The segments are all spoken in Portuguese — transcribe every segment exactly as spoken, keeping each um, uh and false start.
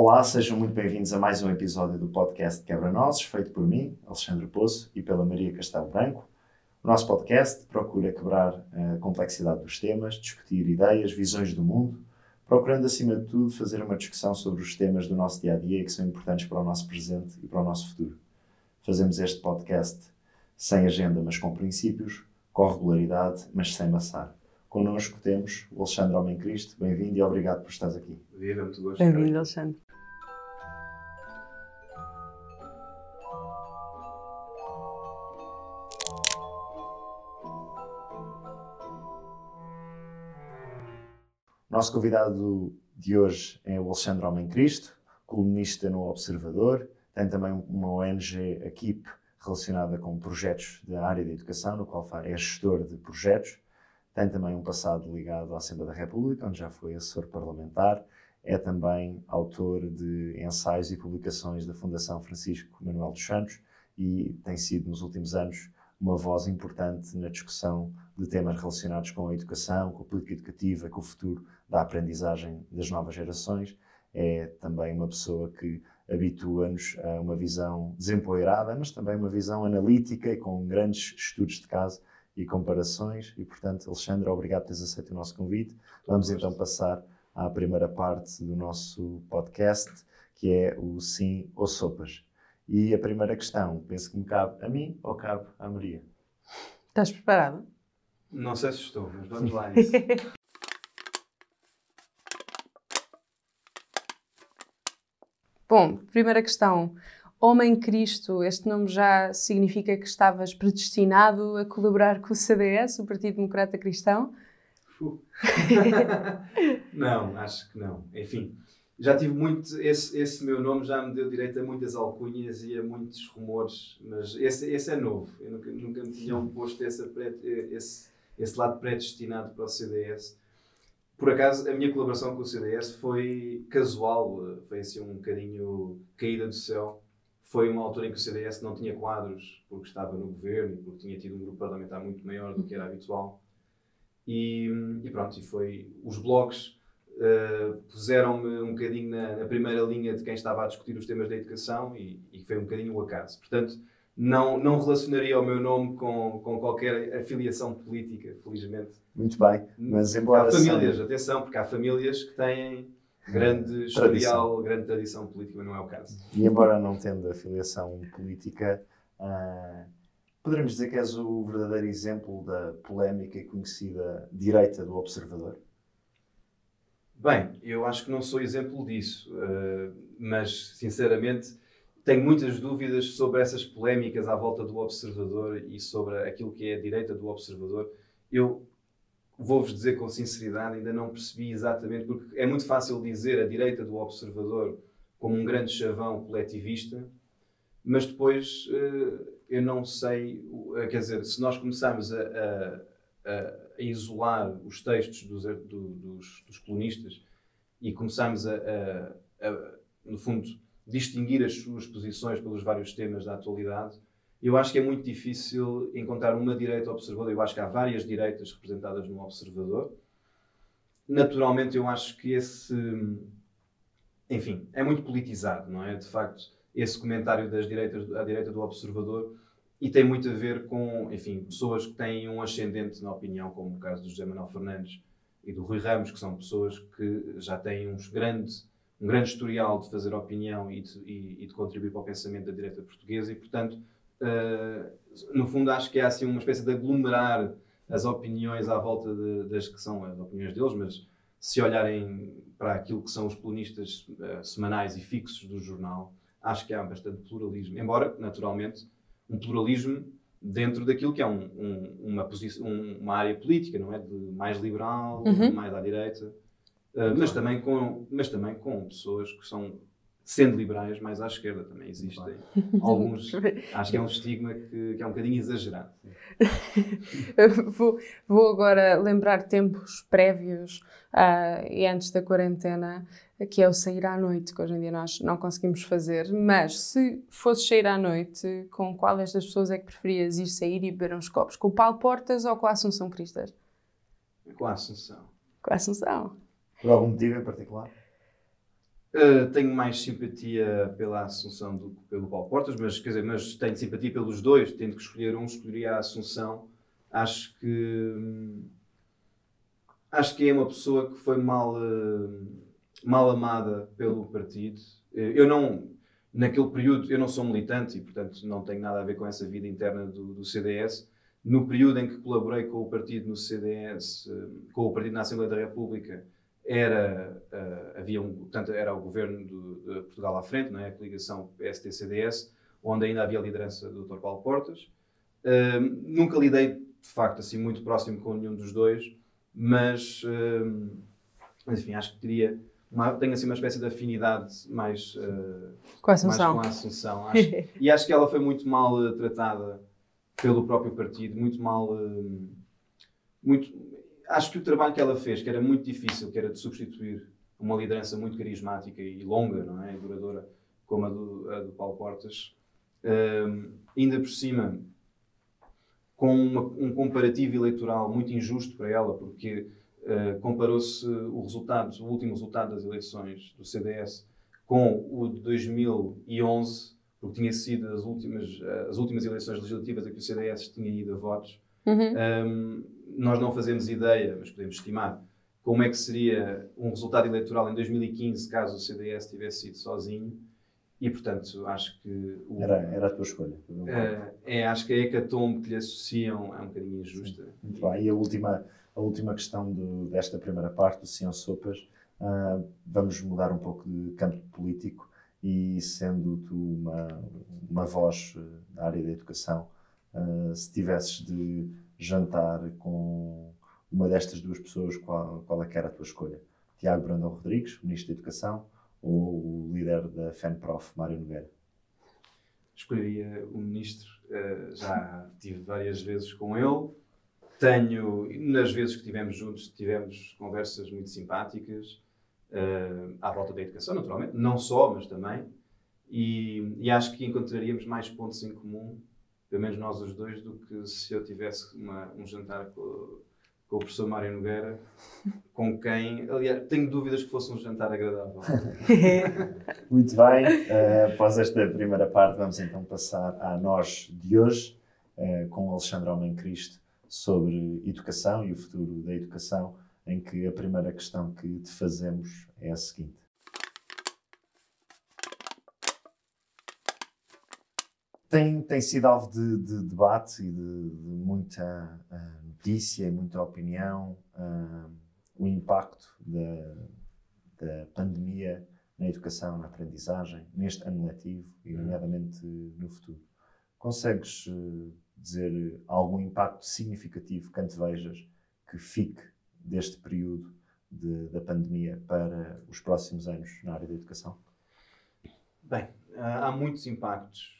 Olá, sejam muito bem-vindos a mais um episódio do podcast Quebra-Nozes, feito por mim, Alexandre Poço, e pela Maria Castelo Branco. O nosso podcast procura quebrar a complexidade dos temas, discutir ideias, visões do mundo, procurando, acima de tudo, fazer uma discussão sobre os temas do nosso dia-a-dia que são importantes para o nosso presente e para o nosso futuro. Fazemos este podcast sem agenda, mas com princípios, com regularidade, mas sem maçar. Connosco temos o Alexandre Homem Cristo. Bem-vindo e obrigado por estares aqui. Viva, muito gosto. Bem-vindo, Alexandre. O nosso convidado de hoje é o Alexandre Homem Cristo, colunista no Observador, tem também uma O N G, a K I P, relacionada com projetos da área da educação, no qual é gestor de projetos. Tem também um passado ligado à Assembleia da República, onde já foi assessor parlamentar. É também autor de ensaios e publicações da Fundação Francisco Manuel dos Santos e tem sido, nos últimos anos, uma voz importante na discussão de temas relacionados com a educação, com a política educativa, com o futuro da aprendizagem das novas gerações. É também uma pessoa que habitua-nos a uma visão desempoeirada, mas também uma visão analítica e com grandes estudos de caso e comparações. E, portanto, Alexandre, obrigado por teres aceito o nosso convite. Vamos então passar à primeira parte do nosso podcast, que é o Sim ou Sopas. E a primeira questão, penso que me cabe a mim ou cabe à Maria? Estás preparado? Não sei se estou, mas vamos lá nisso. Bom, primeira questão. Homem Cristo, este nome já significa que estavas predestinado a colaborar com o C D S, o Partido Democrata Cristão? Não, acho que não. Enfim, já tive muito... Esse, esse meu nome já me deu direito a muitas alcunhas e a muitos rumores, mas esse, esse é novo. Eu nunca, nunca me tinham posto essa, esse, esse lado predestinado para o C D S. Por acaso, a minha colaboração com o C D S foi casual, foi assim um bocadinho caída do céu. Foi uma altura em que o C D S não tinha quadros, porque estava no governo e porque tinha tido um grupo parlamentar muito maior do que era habitual. E, e pronto, e foi... Os blogs uh, puseram-me um bocadinho na, na primeira linha de quem estava a discutir os temas da educação e, e foi um bocadinho o acaso. Portanto, não, não relacionaria o meu nome com, com qualquer afiliação política, felizmente. Muito bem, mas embora... Há famílias, sem... atenção, porque há famílias que têm grande historial, grande tradição política, mas não é o caso. E embora não tendo afiliação política, uh, poderemos dizer que és o verdadeiro exemplo da polémica e conhecida direita do Observador? Bem, eu acho que não sou exemplo disso, uh, mas, sinceramente, tenho muitas dúvidas sobre essas polémicas à volta do Observador e sobre aquilo que é a direita do Observador. Eu vou-vos dizer com sinceridade, ainda não percebi exatamente, porque é muito fácil dizer a direita do Observador como um grande chavão coletivista, mas depois eu não sei, quer dizer, se nós começarmos a, a, a isolar os textos dos, do, dos, dos colunistas e começarmos a, a, a, no fundo, distinguir as suas posições pelos vários temas da atualidade, eu acho que é muito difícil encontrar uma direita observadora. Eu acho que há várias direitas representadas no Observador. Naturalmente, eu acho que esse... Enfim, é muito politizado, não é? De facto, esse comentário das direitas, à direita do Observador, e tem muito a ver com, enfim, pessoas que têm um ascendente na opinião, como o caso do José Manuel Fernandes e do Rui Ramos, que são pessoas que já têm uns grandes, um grande historial de fazer opinião e de, e, e de contribuir para o pensamento da direita portuguesa, e, portanto, Uh, no fundo acho que é assim uma espécie de aglomerar as opiniões à volta de, das que são as opiniões deles, mas se olharem para aquilo que são os colunistas uh, semanais e fixos do jornal, acho que há bastante pluralismo, embora, naturalmente, um pluralismo dentro daquilo que é um, um, uma, posição, um, uma área política, não é? De mais liberal, uhum. mais à direita, uh, mas, também com, mas também com pessoas que são, sendo liberais, mais à esquerda também existem alguns. Acho que é um estigma que, que é um bocadinho exagerado. vou, vou agora lembrar tempos prévios uh, e antes da quarentena, que é o sair à noite, que hoje em dia nós não conseguimos fazer, mas se fosses sair à noite, com qual destas pessoas é que preferias ir sair e beber uns copos? Com o Paulo Portas ou com a Assunção Cristas? Com a Assunção. Com a Assunção. Por algum motivo em particular? Uh, tenho mais simpatia pela Assunção do que pelo Paulo Portas, mas, quer dizer, mas tenho simpatia pelos dois. Tendo que escolher um, escolheria a Assunção. Acho que hum, acho que é uma pessoa que foi mal, uh, mal amada pelo partido. Eu não, naquele período, eu não sou militante e, portanto, não tenho nada a ver com essa vida interna do, do C D S. No período em que colaborei com o partido no C D S, uh, com o partido na Assembleia da República, Era, uh, havia um, portanto, era o governo do, de Portugal à frente, não é? A coligação P S D C D S, onde ainda havia a liderança do doutor Paulo Portas. Uh, nunca lidei, de facto, assim, muito próximo com nenhum dos dois, mas, uh, enfim, acho que teria uma, tenho assim, uma espécie de afinidade mais, uh, com a Assunção. Mais com a Assunção. Acho, e acho que ela foi muito mal uh, tratada pelo próprio partido, muito mal... Uh, muito, Acho que o trabalho que ela fez, que era muito difícil, que era de substituir uma liderança muito carismática e longa, não é? E duradoura, como a do, a do Paulo Portas, um, ainda por cima, com uma, um comparativo eleitoral muito injusto para ela, porque uh, comparou-se o resultado, o último resultado das eleições do C D S com o de dois mil e onze, porque tinha sido as últimas, as últimas eleições legislativas em que o C D S tinha ido a votos. Uhum. Um, nós não fazemos ideia, mas podemos estimar, como é que seria um resultado eleitoral em dois mil e quinze caso o C D S tivesse ido sozinho. E, portanto, acho que... O, era, era a tua escolha. Uh, é, acho que a hecatombe que lhe associam é um bocadinho injusta. Sim. Muito bem. E a última, a última questão do, desta primeira parte, do senhor Sopas, uh, vamos mudar um pouco de campo político e, sendo tu uma, uma voz da área da educação, uh, se tivesses de jantar com uma destas duas pessoas, qual, qual é que era a tua escolha? Tiago Brandão Rodrigues, Ministro da Educação, ou o líder da FENPROF, Mário Nogueira? Escolheria o Ministro. Uh, já tive várias vezes com ele. Tenho, nas vezes que estivemos juntos, tivemos conversas muito simpáticas uh, à volta da educação, naturalmente. Não só, mas também. E, e acho que encontraríamos mais pontos em comum, pelo menos nós os dois, do que se eu tivesse uma, um jantar com, com o professor Mário Nogueira, com quem, aliás, tenho dúvidas que fosse um jantar agradável. Muito bem, uh, após esta primeira parte vamos então passar à nós de hoje, uh, com o Alexandre Homem Cristo, sobre educação e o futuro da educação, em que a primeira questão que te fazemos é a seguinte. Tem, tem sido alvo de, de debate e de, de muita uh, notícia e muita opinião uh, o impacto da, da pandemia na educação, na aprendizagem, neste ano letivo e, nomeadamente, no futuro. Consegues uh, dizer algum impacto significativo que antevejas que fique deste período de, da pandemia para os próximos anos na área da educação? Bem, há muitos impactos.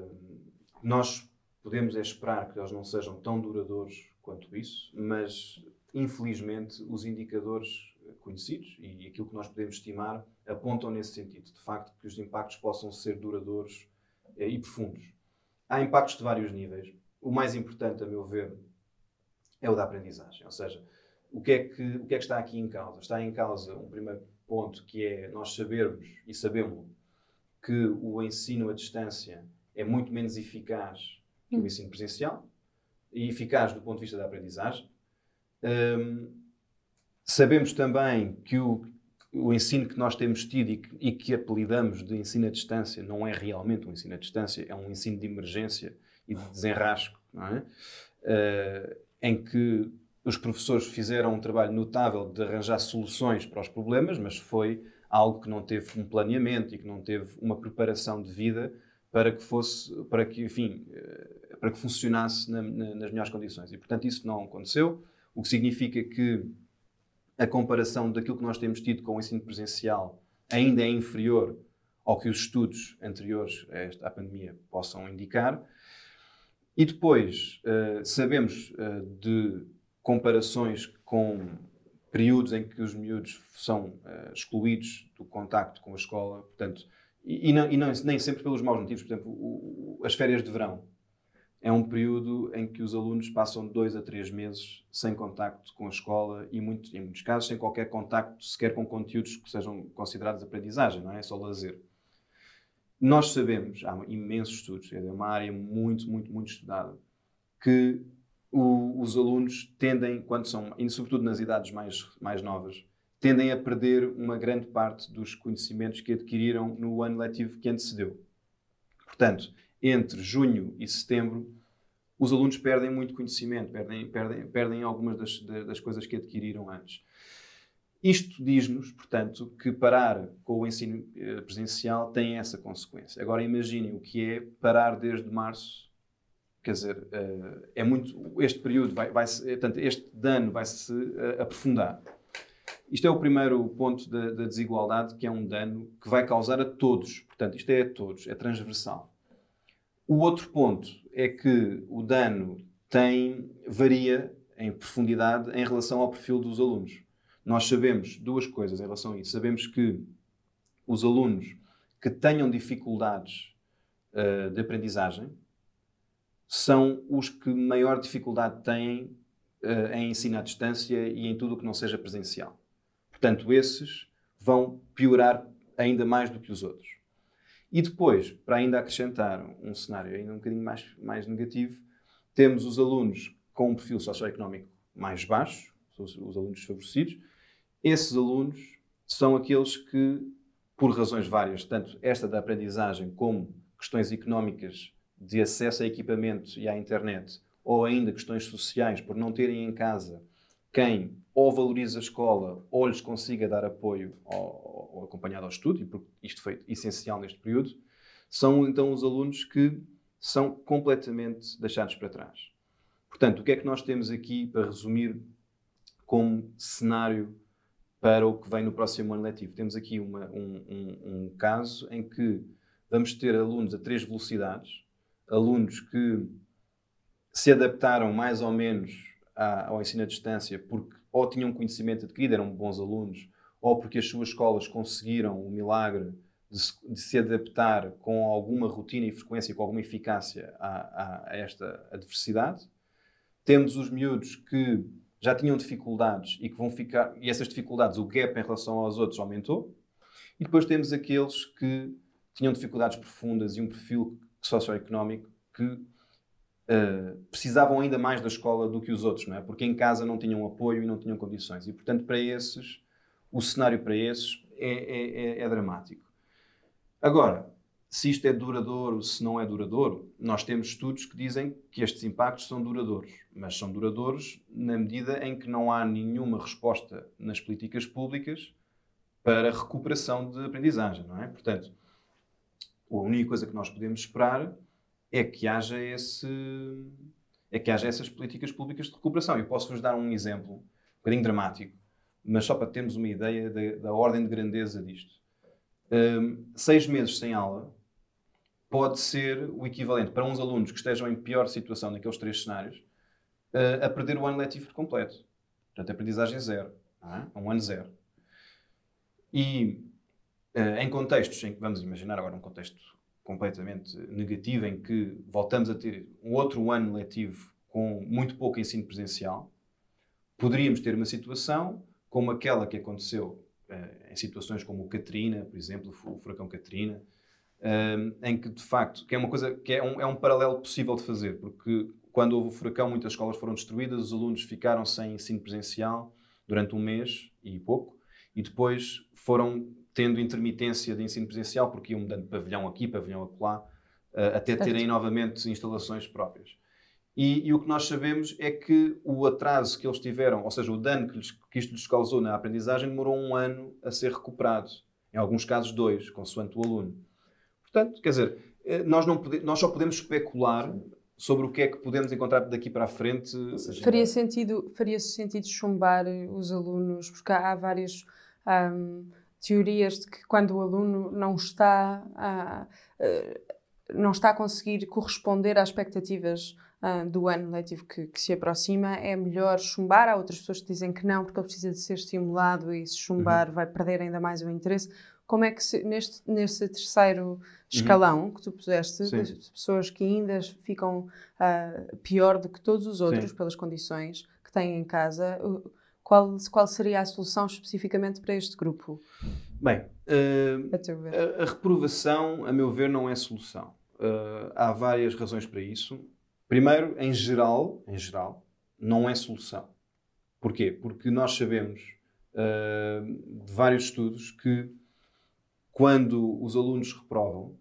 Nós podemos esperar que eles não sejam tão duradouros quanto isso, mas, infelizmente, os indicadores conhecidos e aquilo que nós podemos estimar apontam nesse sentido, de facto, que os impactos possam ser duradouros e profundos. Há impactos de vários níveis. O mais importante, a meu ver, é o da aprendizagem. Ou seja, o que é que, o que é que está aqui em causa? Está em causa um primeiro ponto, que é nós sabermos, e sabemos, que o ensino à distância é muito menos eficaz que o ensino presencial, e eficaz do ponto de vista da aprendizagem. Um, sabemos também que o, o ensino que nós temos tido e que, e que apelidamos de ensino à distância não é realmente um ensino à distância, é um ensino de emergência e de desenrasco, não é? Uh, em que os professores fizeram um trabalho notável de arranjar soluções para os problemas, mas foi algo que não teve um planeamento e que não teve uma preparação de vida para que fosse, para que, enfim, para que funcionasse na, na, nas melhores condições. E, portanto, isso não aconteceu, o que significa que a comparação daquilo que nós temos tido com o ensino presencial ainda é inferior ao que os estudos anteriores a esta à pandemia possam indicar. E depois, uh, sabemos uh, de comparações com períodos em que os miúdos são uh, excluídos do contacto com a escola, portanto, e, e, não, e não, nem sempre pelos maus motivos. Por exemplo, o, o, as férias de verão. é um período em que os alunos passam dois a três meses sem contacto com a escola e, muito, em muitos casos, sem qualquer contacto sequer com conteúdos que sejam considerados aprendizagem, não é? É só lazer. Nós sabemos, há imensos estudos, é uma área muito, muito, muito estudada, que o, os alunos tendem, quando são, e sobretudo nas idades mais, mais novas, tendem a perder uma grande parte dos conhecimentos que adquiriram no ano letivo que antecedeu. Portanto, entre junho e setembro, os alunos perdem muito conhecimento, perdem, perdem, perdem algumas das, das coisas que adquiriram antes. Isto diz-nos, portanto, que parar com o ensino presencial tem essa consequência. Agora imaginem o que é parar desde março, quer dizer, é muito, este período, vai, vai, portanto, este dano vai-se aprofundar. Isto é o primeiro ponto da, da desigualdade, que é um dano que vai causar a todos. Portanto, isto é a todos, é transversal. O outro ponto é que o dano tem, varia em profundidade em relação ao perfil dos alunos. Nós sabemos duas coisas em relação a isso. Sabemos que os alunos que tenham dificuldades uh, de aprendizagem são os que maior dificuldade têm uh, em ensino à distância e em tudo o que não seja presencial. Portanto, esses vão piorar ainda mais do que os outros. E depois, para ainda acrescentar um cenário ainda um bocadinho mais, mais negativo, temos os alunos com um perfil socioeconómico mais baixo, os, os alunos desfavorecidos. Esses alunos são aqueles que, por razões várias, tanto esta da aprendizagem como questões económicas de acesso a equipamento e à internet, ou ainda questões sociais, por não terem em casa quem ou valoriza a escola ou lhes consiga dar apoio ou, ou acompanhado ao estudo, e porque isto foi essencial neste período, são então os alunos que são completamente deixados para trás. Portanto, o que é que nós temos aqui para resumir como cenário para o que vem no próximo ano letivo? Temos aqui uma, um, um, um caso em que vamos ter alunos a três velocidades, alunos que se adaptaram mais ou menos ao ensino à distância porque ou tinham conhecimento adquirido, eram bons alunos, ou porque as suas escolas conseguiram o milagre de se, de se adaptar com alguma rotina e frequência, com alguma eficácia a, a, a esta adversidade. Temos os miúdos que já tinham dificuldades e que vão ficar, e essas dificuldades, o gap em relação aos outros aumentou. E depois temos aqueles que tinham dificuldades profundas e um perfil socioeconómico que Uh, precisavam ainda mais da escola do que os outros, não é? Porque em casa não tinham apoio e não tinham condições. E, portanto, para esses, o cenário para esses é, é, é, é dramático. Agora, se isto é duradouro, se não é duradouro, nós temos estudos que dizem que estes impactos são duradouros. Mas são duradouros na medida em que não há nenhuma resposta nas políticas públicas para a recuperação de aprendizagem, não é? Portanto, a única coisa que nós podemos esperar é que haja esse, é que haja essas políticas públicas de recuperação. Eu posso-vos dar um exemplo, um bocadinho dramático, mas só para termos uma ideia da, da ordem de grandeza disto. Um, seis meses sem aula pode ser o equivalente para uns alunos que estejam em pior situação naqueles três cenários uh, a perder o ano letivo por completo. Portanto, a aprendizagem zero. Não é? Um ano zero. E uh, em contextos em que, vamos imaginar agora um contexto completamente negativo, em que voltamos a ter um outro ano letivo com muito pouco ensino presencial, poderíamos ter uma situação como aquela que aconteceu uh, em situações como o Katrina, por exemplo, o furacão Katrina, uh, em que, de facto, que é uma coisa que é um, é um paralelo possível de fazer, porque quando houve o furacão, muitas escolas foram destruídas, os alunos ficaram sem ensino presencial durante um mês e pouco, e depois foram tendo intermitência de ensino presencial, porque iam mudando de pavilhão aqui, pavilhão acolá, até terem novamente instalações próprias. E, e o que nós sabemos é que o atraso que eles tiveram, ou seja, o dano que, lhes, que isto lhes causou na aprendizagem, demorou um ano a ser recuperado. Em alguns casos, dois, consoante o aluno. Portanto, quer dizer, nós, não pode, nós só podemos especular sobre o que é que podemos encontrar daqui para a frente. Faria sentido, faria sentido chumbar os alunos, porque há várias... Um, teorias de que quando o aluno não está a, não está a conseguir corresponder às expectativas uh, do ano letivo que, que se aproxima, é melhor chumbar. Há outras pessoas que dizem que não, porque ele precisa de ser estimulado e se chumbar uhum. vai perder ainda mais o interesse. como é que se, neste, neste terceiro escalão que tu puseste, Sim. de pessoas que ainda ficam uh, pior do que todos os outros Sim. pelas condições que têm em casa, qual, qual seria a solução especificamente para este grupo? Bem, uh, A teu ver. a, a reprovação, a meu ver, não é solução. Uh, há várias razões para isso. Primeiro, em geral, em geral, não é solução. Porquê? Porque nós sabemos uh, de vários estudos que quando os alunos reprovam,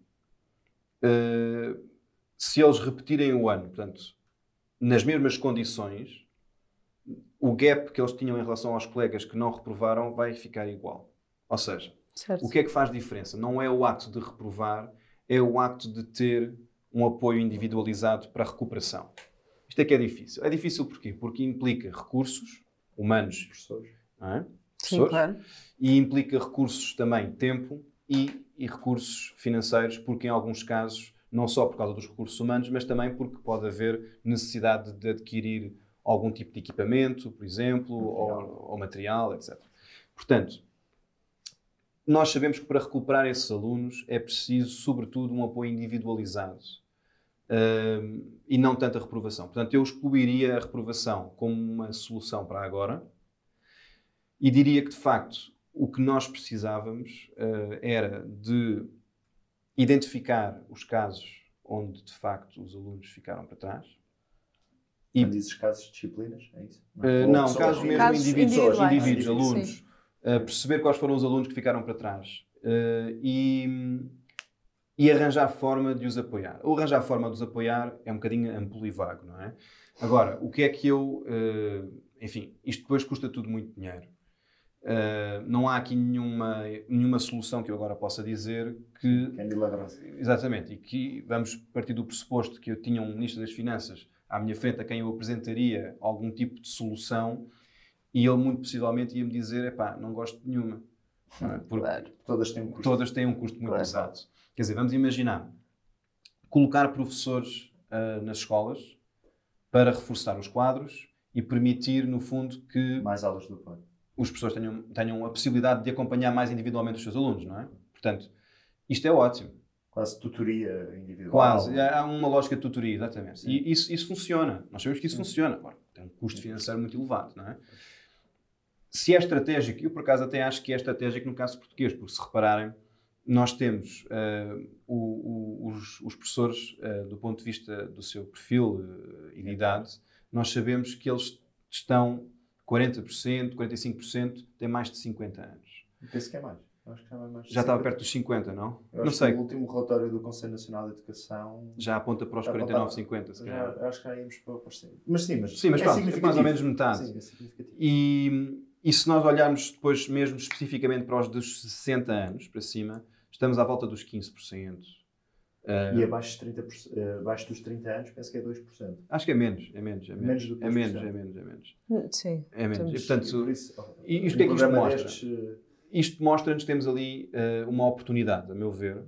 uh, se eles repetirem o ano, portanto, nas mesmas condições, o gap que eles tinham em relação aos colegas que não reprovaram vai ficar igual. Ou seja, Certo. o que é que faz diferença? Não é o acto de reprovar, é o acto de ter um apoio individualizado para a recuperação. Isto é que é difícil. É difícil porquê? Porque implica recursos humanos, Professores. não é? Sim, Professores, claro. e implica recursos também, tempo e, e recursos financeiros, porque em alguns casos, não só por causa dos recursos humanos, mas também porque pode haver necessidade de adquirir algum tipo de equipamento, por exemplo, material. ou, ou material, etcétera. Portanto, nós sabemos que para recuperar esses alunos é preciso, sobretudo, um apoio individualizado uh, e não tanta reprovação. Portanto, eu excluiria a reprovação como uma solução para agora e diria que, de facto, o que nós precisávamos uh, era de identificar os casos onde, de facto, os alunos ficaram para trás. E dizes casos de disciplinas, é isso? Não, uh, não pessoas, casos mesmo casos indivíduos, individuais. indivíduos, Sim. alunos. Sim. Uh, perceber quais foram os alunos que ficaram para trás uh, e, e arranjar forma de os apoiar. O arranjar forma de os apoiar é um bocadinho amplo e vago, não é? Agora, o que é que eu... Uh, enfim, isto depois custa tudo muito dinheiro. Uh, não há aqui nenhuma, nenhuma solução que eu agora possa dizer que... Que é milagrosa. Exatamente. E que vamos partir do pressuposto que eu tinha um Ministro das Finanças à minha frente a quem eu apresentaria algum tipo de solução e ele muito possivelmente ia-me dizer, epá, não gosto de nenhuma. Não é? Porque Claro. Todas têm um custo. Todas têm um custo muito Claro. pesado. Quer dizer, vamos imaginar colocar professores uh, nas escolas para reforçar os quadros e permitir, no fundo, que Mais aulas do plano. os professores tenham, tenham a possibilidade de acompanhar mais individualmente os seus alunos, não é? Portanto, isto é ótimo. Quase tutoria individual. Quase. Há uma lógica de tutoria, exatamente. Sim. E isso, isso funciona. Nós sabemos que isso Sim. funciona. Agora, tem um custo financeiro muito elevado, não é? Se é estratégico, eu por acaso até acho que é estratégico no caso português, porque se repararem, nós temos uh, o, o, os, os professores, uh, do ponto de vista do seu perfil uh, e de idade, nós sabemos que eles estão quarenta por cento, quarenta e cinco por cento, têm mais de cinquenta anos. Eu penso que é mais. Eu acho que é mais de Já estava cinquenta. perto dos cinquenta, não? Eu Não acho sei. que o último relatório do Conselho Nacional de Educação... Já aponta para os Já quarenta e nove, apontava. cinquenta, se Já, calhar. eu acho que já íamos para para cima. Mas sim, mas, Sim, mas é pronto, significativo. mais ou menos metade. Sim, é significativo. E, e se nós olharmos depois mesmo especificamente para os dos sessenta anos para cima, estamos à volta dos quinze por cento. Uh, E abaixo, de trinta por cento, uh, abaixo dos trinta anos, penso que é dois por cento. acho que é menos, é menos, é menos. Menos do que é menos, dois por é cento. menos, é menos. Hum, Sim. É menos. Temos- E, portanto, E por isso, e isto um que é que isto programa mostra? destes, uh, Isto mostra-nos que temos ali uh, uma oportunidade, a meu ver,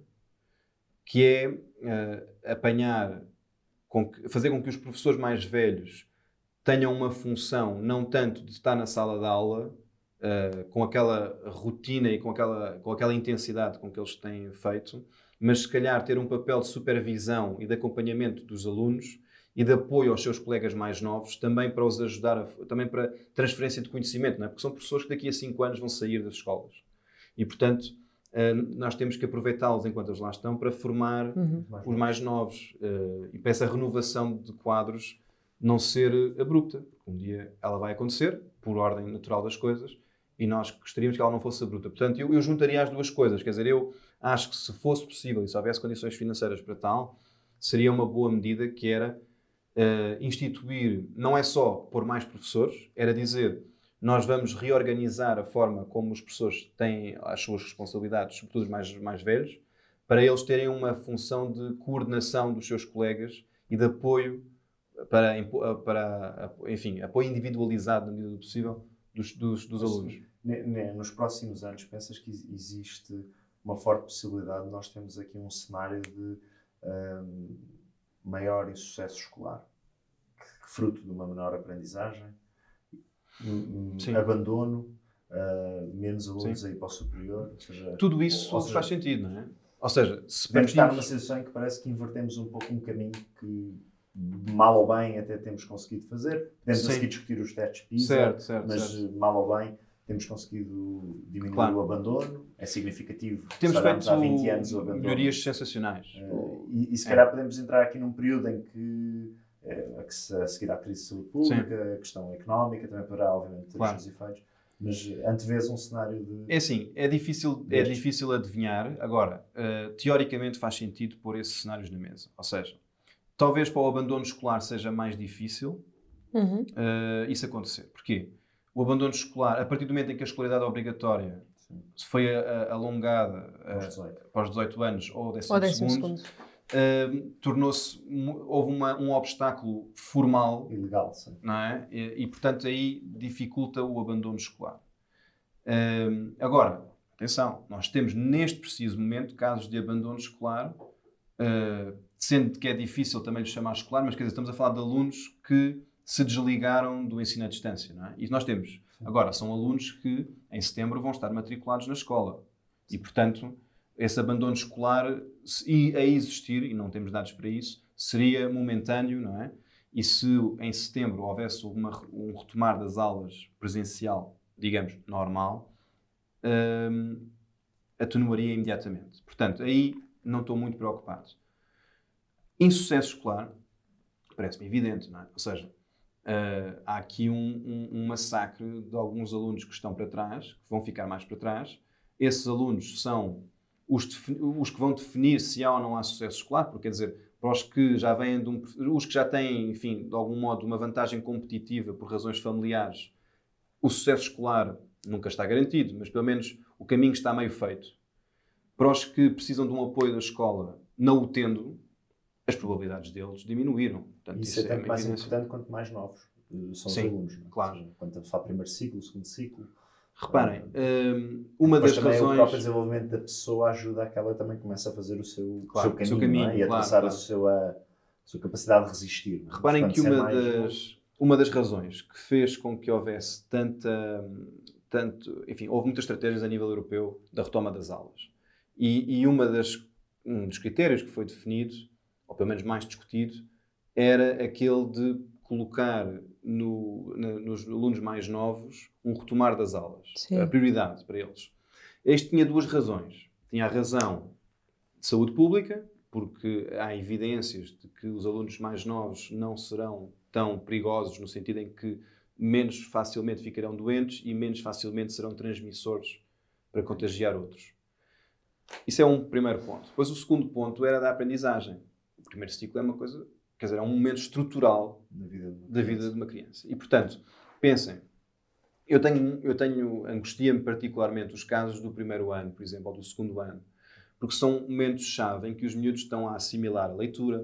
que é uh, apanhar, com que, fazer com que os professores mais velhos tenham uma função não tanto de estar na sala de aula uh, com aquela rotina e com aquela, com aquela intensidade com que eles têm feito, mas se calhar ter um papel de supervisão e de acompanhamento dos alunos e de apoio aos seus colegas mais novos, também para os ajudar, a, também para transferência de conhecimento, não é? Porque são professores que daqui a cinco anos vão sair das escolas. E, portanto, uh, nós temos que aproveitá-los enquanto eles lá estão para formar Uhum. mais os mais novos uh, e para essa renovação de quadros não ser abrupta. Porque um dia ela vai acontecer, por ordem natural das coisas, e nós gostaríamos que ela não fosse abrupta. Portanto, eu, eu juntaria as duas coisas. Quer dizer, eu acho que se fosse possível e se houvesse condições financeiras para tal, seria uma boa medida que era uh, instituir, não é só pôr mais professores, era dizer, nós vamos reorganizar a forma como os professores têm as suas responsabilidades, sobretudo os mais, mais velhos, para eles terem uma função de coordenação dos seus colegas e de apoio para, para enfim, apoio individualizado na medida do possível dos, dos, dos alunos. Ne- ne- Nos próximos anos, pensas que ex- existe uma forte possibilidade de nós termos aqui um cenário de um, maior insucesso escolar, que, que fruto de uma menor aprendizagem, um, um, Sim. abandono, uh, menos alunos Sim. aí para o superior. Ou seja, tudo isso ou seja, faz sentido, não é? Ou seja, se podemos estar numa situação em que parece que invertemos um pouco um caminho que, mal ou bem, até temos conseguido fazer. Podemos conseguir discutir os testes PISA, certo, certo, mas certo. mal ou bem temos conseguido diminuir claro. o abandono. É significativo. Temos feito há vinte anos o abandono. Melhorias sensacionais. Uh, e, e se calhar é. podemos entrar aqui num período em que, é, a, que se, a seguir à crise de saúde pública, Sim. a questão económica também poderá, obviamente, ter claro. os seus efeitos. Mas antevês um cenário de... É assim, é difícil, é difícil adivinhar. Agora, uh, teoricamente faz sentido pôr esses cenários na mesa. Ou seja, talvez para o abandono escolar seja mais difícil uhum. uh, isso acontecer. Porquê? O abandono escolar, a partir do momento em que a escolaridade obrigatória Sim. foi a, a, alongada uh, para os dezoito anos ou décimo segundo, uh, tornou-se, houve uma, um obstáculo formal. Ilegal, sim. Não é? E, e, portanto, aí dificulta o abandono escolar. Uh, agora, atenção, nós temos neste preciso momento casos de abandono escolar, uh, sendo que é difícil também lhe chamar escolar, mas quer dizer, estamos a falar de alunos que se desligaram do ensino à distância, não é? E nós temos, agora, são alunos que em setembro vão estar matriculados na escola. E, portanto, esse abandono escolar, se, a existir, e não temos dados para isso, seria momentâneo, não é? E se em setembro houvesse uma, um retomar das aulas presencial, digamos, normal, hum, atenuaria imediatamente. Portanto, aí não estou muito preocupado. Insucesso escolar, parece-me evidente, não é? Ou seja, uh, há aqui um, um, um massacre de alguns alunos que estão para trás, que vão ficar mais para trás. Esses alunos são os, os que vão definir se há ou não há sucesso escolar, porque, quer dizer, para os que já vêm de um, os que já têm, enfim, de algum modo, uma vantagem competitiva por razões familiares, o sucesso escolar nunca está garantido, mas pelo menos o caminho está meio feito. Para os que precisam de um apoio da escola, não o tendo, as probabilidades deles diminuíram. Portanto, isso, isso é tanto é mais importante quanto mais novos são Sim, os alunos. Não? Claro. Seja, quanto a primeiro ciclo, segundo ciclo. Reparem, um, uma das também razões... o próprio desenvolvimento da pessoa ajuda a que ela também comece a fazer o seu, claro, o seu caminho, seu caminho não é? E a claro, traçar claro. a, sua, a sua capacidade de resistir. Não é? Reparem que uma mais... das, uma das razões que fez com que houvesse tanta... Tanto, enfim, houve muitas estratégias a nível europeu da retoma das aulas. E, e uma das, um dos critérios que foi definido, ou pelo menos mais discutido, era aquele de colocar no, na, nos alunos mais novos um retomar das aulas. Sim. A prioridade para eles. Este tinha duas razões. Tinha a razão de saúde pública, porque há evidências de que os alunos mais novos não serão tão perigosos no sentido em que menos facilmente ficarão doentes e menos facilmente serão transmissores para contagiar outros. Isso é um primeiro ponto. Depois o segundo ponto era da aprendizagem. O primeiro ciclo é uma coisa, quer dizer, é um momento estrutural da vida de uma, da vida de uma criança. E, portanto, pensem, eu tenho, eu tenho angustia-me particularmente os casos do primeiro ano, por exemplo, ou do segundo ano, porque são momentos-chave em que os miúdos estão a assimilar a leitura,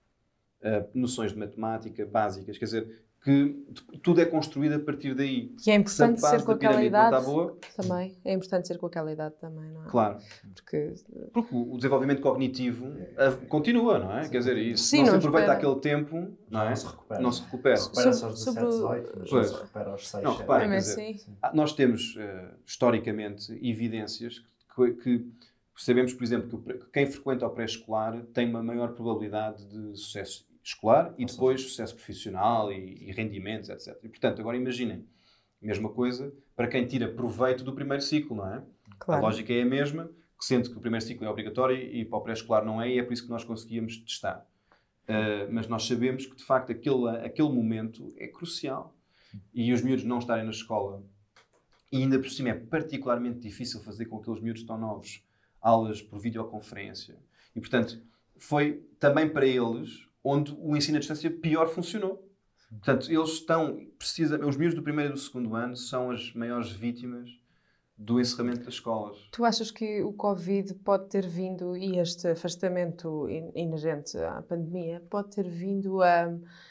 uh, noções de matemática básicas, quer dizer, que tudo é construído a partir daí. E é importante ser com aquela idade boa, também. É importante ser com aquela idade também, não é? Claro. Porque, Porque o desenvolvimento cognitivo uh, continua, não é? Sim. Quer dizer, e se Sim, não, não se aproveita espera. aquele tempo, não, é? não se recupera. Não se recupera. Recupera-se aos dezassete, dezoito, mas não se recupera aos seis, não, sete. Reparem, quer dizer, nós temos, uh, historicamente, evidências que, que sabemos, por exemplo, que quem frequenta o pré-escolar tem uma maior probabilidade de sucesso escolar e depois sucesso profissional e, e rendimentos, etcétera. E, portanto, agora imaginem, mesma coisa para quem tira proveito do primeiro ciclo, não é? Claro. A lógica é a mesma, sendo que o primeiro ciclo é obrigatório e para o pré-escolar não é, e é por isso que nós conseguíamos testar. Uh, mas nós sabemos que, de facto, aquele, aquele momento é crucial. E os miúdos não estarem na escola, e ainda por cima é particularmente difícil fazer com aqueles miúdos tão novos aulas por videoconferência. E, portanto, foi também para eles onde o ensino à distância pior funcionou. Portanto, eles estão, precisa, os miúdos do primeiro e do segundo ano são as maiores vítimas do encerramento das escolas. Tu achas que o Covid pode ter vindo, e este afastamento inerente à pandemia, pode ter vindo a,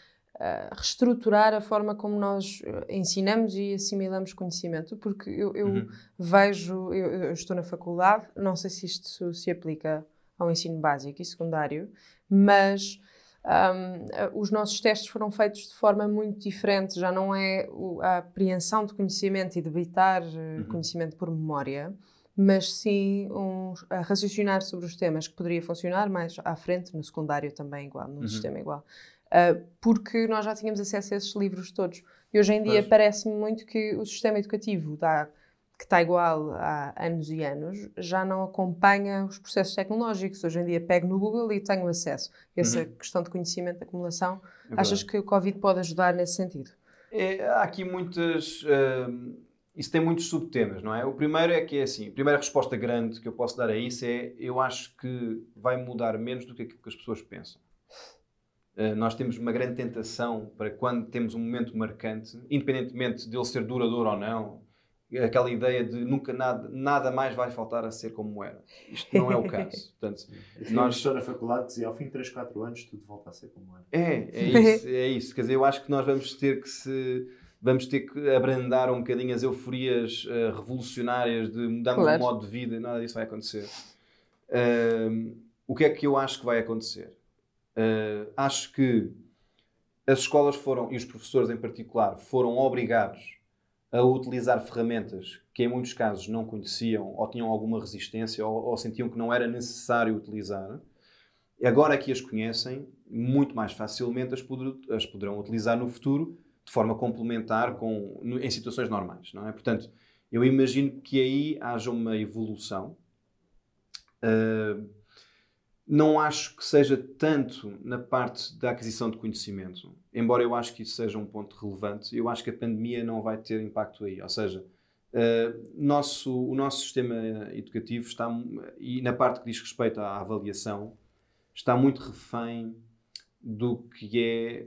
a reestruturar a forma como nós ensinamos e assimilamos conhecimento? Porque eu, eu uhum. vejo, eu, eu estou na faculdade, não sei se isto se aplica ao ensino básico e secundário, mas Um, os nossos testes foram feitos de forma muito diferente, já não é o, a apreensão de conhecimento e debitar uhum. conhecimento por memória, mas sim um, a raciocinar sobre os temas que poderia funcionar mais à frente, no secundário também igual, no uhum. sistema igual. Uh, porque nós já tínhamos acesso a esses livros todos. E hoje em dia pois. Parece-me muito que o sistema educativo dá, que está igual há anos e anos, já não acompanha os processos tecnológicos. Hoje em dia pego no Google e tenho acesso. Essa uhum. questão de conhecimento, de acumulação, é achas que o Covid pode ajudar nesse sentido? É, há aqui muitas... Uh, isso tem muitos subtemas, não é? O primeiro é que é assim, a primeira resposta grande que eu posso dar a isso é, eu acho que vai mudar menos do que aquilo que as pessoas pensam. Uh, nós temos uma grande tentação para quando temos um momento marcante, independentemente de ele ser duradouro ou não, aquela ideia de nunca nada, nada mais vai faltar a ser como era. Isto não é o caso. Portanto, nós só na faculdade dizia, ao fim de três, quatro anos tudo volta a ser como era. É, é isso, é isso. Quer dizer, eu acho que nós vamos ter que se... Vamos ter que abrandar um bocadinho as euforias uh, revolucionárias de mudarmos claro. O modo de vida, nada disso vai acontecer. Uh, o que é que eu acho que vai acontecer? Uh, acho que as escolas foram, e os professores em particular, foram obrigados a utilizar ferramentas que em muitos casos não conheciam ou tinham alguma resistência ou, ou sentiam que não era necessário utilizar. Agora que as conhecem, muito mais facilmente as, poder, as poderão utilizar no futuro de forma complementar com, em situações normais, não é? Portanto, eu imagino que aí haja uma evolução. Uh, não acho que seja tanto na parte da aquisição de conhecimento, embora eu acho que isso seja um ponto relevante. Eu acho que a pandemia não vai ter impacto aí. Ou seja, uh, nosso, o nosso sistema educativo está, e na parte que diz respeito à avaliação, está muito refém do que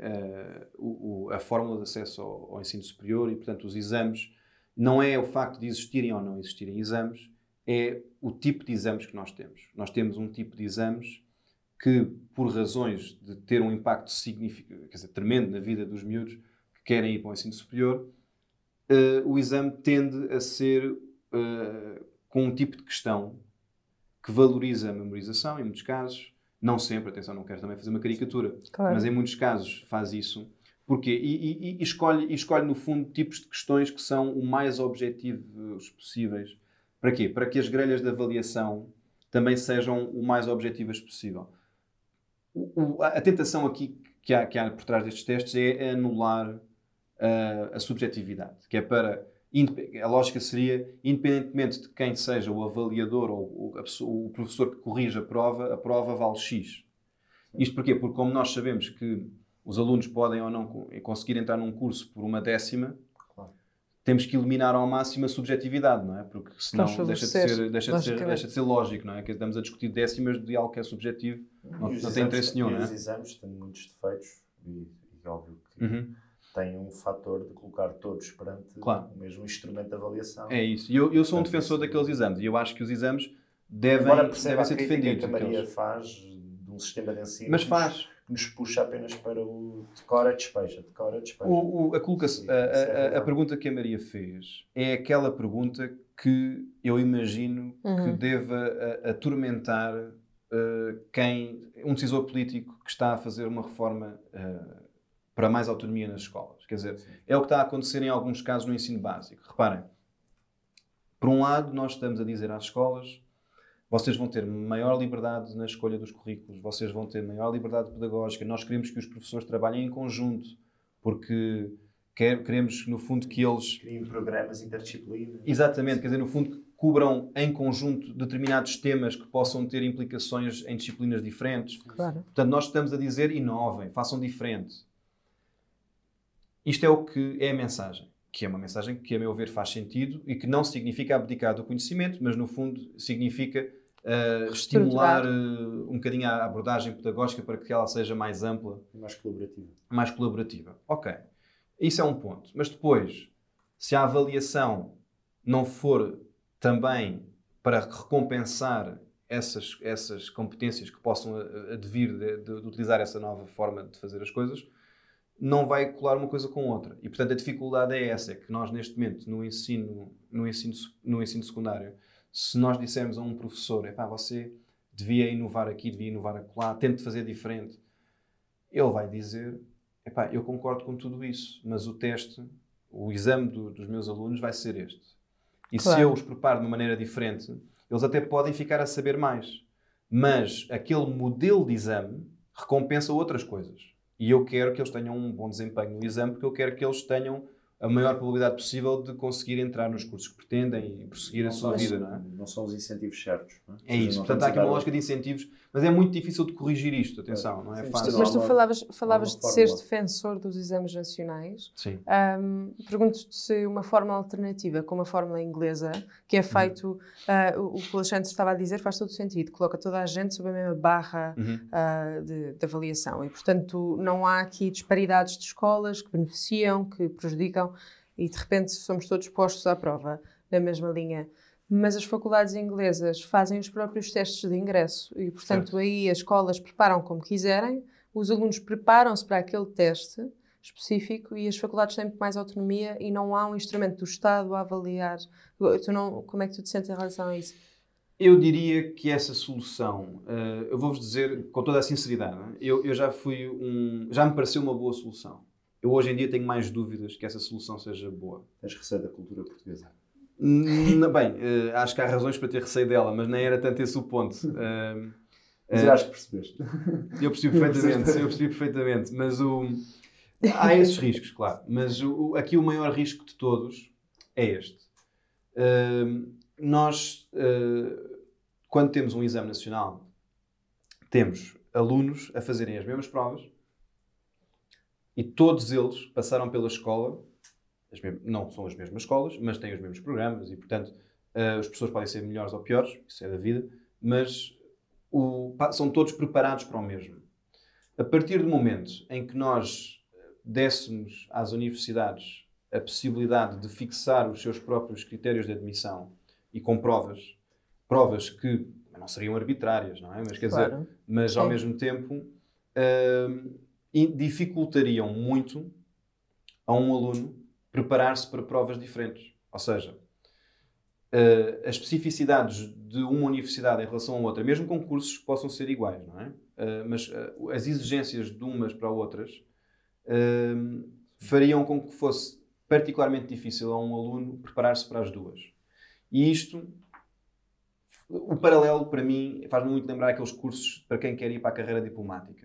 é uh, o, o, a fórmula de acesso ao, ao ensino superior e, portanto, os exames. Não é o facto de existirem ou não existirem exames, é o tipo de exames que nós temos. Nós temos um tipo de exames que, por razões de ter um impacto significativo, quer dizer, tremendo na vida dos miúdos que querem ir para o ensino superior, uh, o exame tende a ser uh, com um tipo de questão que valoriza a memorização, em muitos casos. Não sempre, atenção, não quero também fazer uma caricatura, claro. Mas em muitos casos faz isso. Porquê? E, e, e, escolhe, e escolhe, no fundo, tipos de questões que são o mais objetivos possíveis. Para quê? Para que as grelhas de avaliação também sejam o mais objetivas possível. O, o, a tentação aqui que há, que há por trás destes testes é anular uh, a subjetividade, que é para... A lógica seria, independentemente de quem seja o avaliador ou o, pessoa, o professor que corrige a prova, a prova vale X. Isto porquê? Porque como nós sabemos que os alunos podem ou não conseguir entrar num curso por uma décima, claro. Temos que eliminar ao máximo a subjetividade, não é? Porque senão deixa de, ser, deixa, de ser, deixa de ser lógico, não é? Que estamos a discutir décimas de algo que é subjetivo, não, não tem interesse nenhum, não é? Os exames têm muitos defeitos e, e óbvio que... Uhum. Tem um fator de colocar todos perante claro. O mesmo instrumento de avaliação. É isso. E eu, eu sou um defensor daqueles exames. E eu acho que os exames devem, devem ser defendidos. Que a Maria aqueles... faz de um sistema de ensino Mas faz. que nos puxa apenas para o decora, despeja, decora, despeja. O, o, a, coloca a, a, a, a pergunta que a Maria fez é aquela pergunta que eu imagino uhum. que deva atormentar uh, quem, um decisor político que está a fazer uma reforma uh, para mais autonomia nas escolas. Quer dizer, sim. É o que está a acontecer em alguns casos no ensino básico. Reparem, por um lado, nós estamos a dizer às escolas, vocês vão ter maior liberdade na escolha dos currículos, vocês vão ter maior liberdade pedagógica, nós queremos que os professores trabalhem em conjunto, porque quer, queremos, no fundo, que eles... Criem programas interdisciplinares. Exatamente, quer dizer, no fundo, que cubram em conjunto determinados temas que possam ter implicações em disciplinas diferentes. Claro. Portanto, nós estamos a dizer, inovem, façam diferente. Isto é o que é a mensagem, que é uma mensagem que, a meu ver, faz sentido e que não significa abdicar do conhecimento, mas, no fundo, significa uh, estimular uh, um bocadinho a abordagem pedagógica para que ela seja mais ampla. Mais colaborativa. Mais colaborativa. Ok. Isso é um ponto. Mas depois, se a avaliação não for também para recompensar essas, essas competências que possam advir de, de, de utilizar essa nova forma de fazer as coisas, não vai colar uma coisa com outra. E, portanto, a dificuldade é essa, é que nós, neste momento, no ensino, no ensino, no ensino secundário, se nós dissermos a um professor, epá, você devia inovar aqui, devia inovar acolá, tente fazer diferente, ele vai dizer, epá, eu concordo com tudo isso, mas o teste, o exame do, dos meus alunos vai ser este. E claro. Se eu os preparo de uma maneira diferente, eles até podem ficar a saber mais. Mas aquele modelo de exame recompensa outras coisas. E eu quero que eles tenham um bom desempenho no exame, porque eu quero que eles tenham a maior probabilidade possível de conseguir entrar nos cursos que pretendem e prosseguir não a sua vida, isso, não é? Não são os incentivos certos. Não é? É isso, portanto há aqui uma lógica de incentivos, mas é muito difícil de corrigir isto, atenção, não é Sim, fácil. Mas tu falavas, falavas de seres defensor dos exames nacionais. Sim. Um, Pergunto-te se uma fórmula alternativa, como a fórmula inglesa, que é feito, uhum. uh, o que o Alexandre estava a dizer faz todo sentido, coloca toda a gente sob a mesma barra uhum. uh, de, de avaliação e, portanto, não há aqui disparidades de escolas que beneficiam, que prejudicam e, de repente, somos todos postos à prova na mesma linha. Mas as faculdades inglesas fazem os próprios testes de ingresso e, portanto, certo. Aí as escolas preparam como quiserem, os alunos preparam-se para aquele teste específico e as faculdades têm muito mais autonomia e não há um instrumento do Estado a avaliar. Tu não, como é que tu te sentes em relação a isso? Eu diria que essa solução, uh, eu vou-vos dizer com toda a sinceridade, não é? eu, eu já fui um, já me pareceu uma boa solução. Eu hoje em dia tenho mais dúvidas que essa solução seja boa. Tens receio da cultura portuguesa? N- bem, uh, acho que há razões para ter receio dela, mas nem era tanto esse o ponto. Uh, mas eu uh, acho que percebeste. Eu percebi perfeitamente, eu percebi perfeitamente. Mas o, há esses riscos, claro. Mas o, aqui o maior risco de todos é este. Uh, nós, uh, quando temos um exame nacional, temos alunos a fazerem as mesmas provas, e todos eles passaram pela escola, as mesmas, não são as mesmas escolas, mas têm os mesmos programas e, portanto, uh, os professores podem ser melhores ou piores, isso é da vida, mas o, são todos preparados para o mesmo. A partir do momento em que nós dessemos às universidades a possibilidade de fixar os seus próprios critérios de admissão e com provas, provas que não seriam arbitrárias, não é? Mas, quer claro. dizer, mas ao Sim. mesmo tempo... Uh, dificultariam muito a um aluno preparar-se para provas diferentes. Ou seja, uh, as especificidades de uma universidade em relação a outra, mesmo com cursos que possam ser iguais, não é? Uh, mas uh, as exigências de umas para outras uh, fariam com que fosse particularmente difícil a um aluno preparar-se para as duas. E isto, o paralelo para mim, faz-me muito lembrar aqueles cursos para quem quer ir para a carreira diplomática.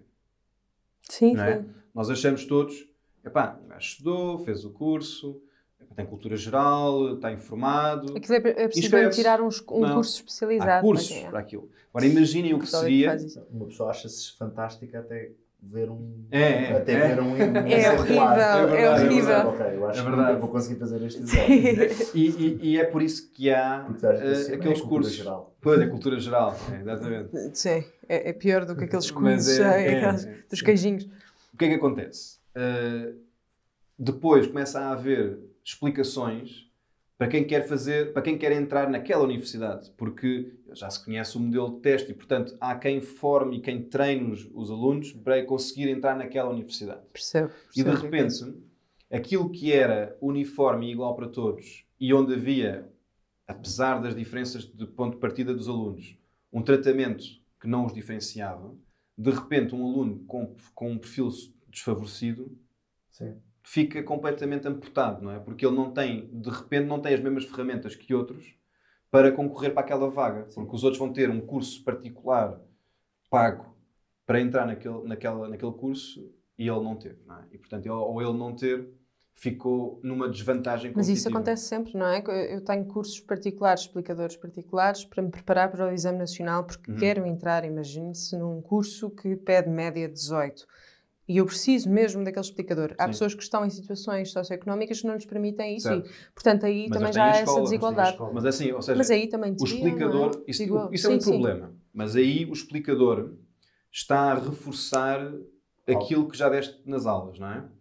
Sim, não é? sim. Nós achamos todos, epá, o gajo estudou, fez o curso, tem cultura geral, está informado. Aquilo é, é preciso tirar uns, um não. curso especializado. Há cursos para, para aquilo. Agora imaginem o que seria. Uma pessoa acha-se fantástica até ver um. É, é, até é. ver um. É horrível, é, é horrível. É ok, eu acho é verdade. que vou conseguir fazer este exame. e, e, e é por isso que há uh, aqueles é cursos. Geral. Pois é, cultura geral, é, exatamente. Sim, é, é pior do que aqueles cursos é, é, aqueles, é, dos queijinhos. O que é que acontece? Uh, depois começa a haver explicações para quem quer fazer, para quem quer entrar naquela universidade, porque já se conhece o modelo de teste e, portanto, há quem forme e quem treine os, os alunos para conseguir entrar naquela universidade. Percebo, percebo. E, de repente, aquilo que era uniforme e igual para todos e onde havia, apesar das diferenças de ponto de partida dos alunos, um tratamento que não os diferenciava, de repente, um aluno com, com um perfil desfavorecido Sim. fica completamente amputado, não é? Porque ele não tem, de repente, não tem as mesmas ferramentas que outros para concorrer para aquela vaga. Sim. Porque os outros vão ter um curso particular pago para entrar naquele, naquela, naquele curso e ele não teve, não é? E, portanto, ele, ou ele não ter, ficou numa desvantagem competitiva. Mas isso acontece sempre, não é? Eu tenho cursos particulares, explicadores particulares, para me preparar para o exame nacional, porque uhum. quero entrar, imagine-se, num curso que pede média dezoito. E eu preciso mesmo daquele explicador. Sim. Há pessoas que estão em situações socioeconómicas que não lhes permitem isso. E, portanto, aí mas também já há escola, essa desigualdade. Mas, mas assim, ou seja, mas aí também o explicador, não é? isso, Digo, isso sim, é um sim. problema. Mas aí o explicador está a reforçar oh. aquilo que já deste nas aulas, não é?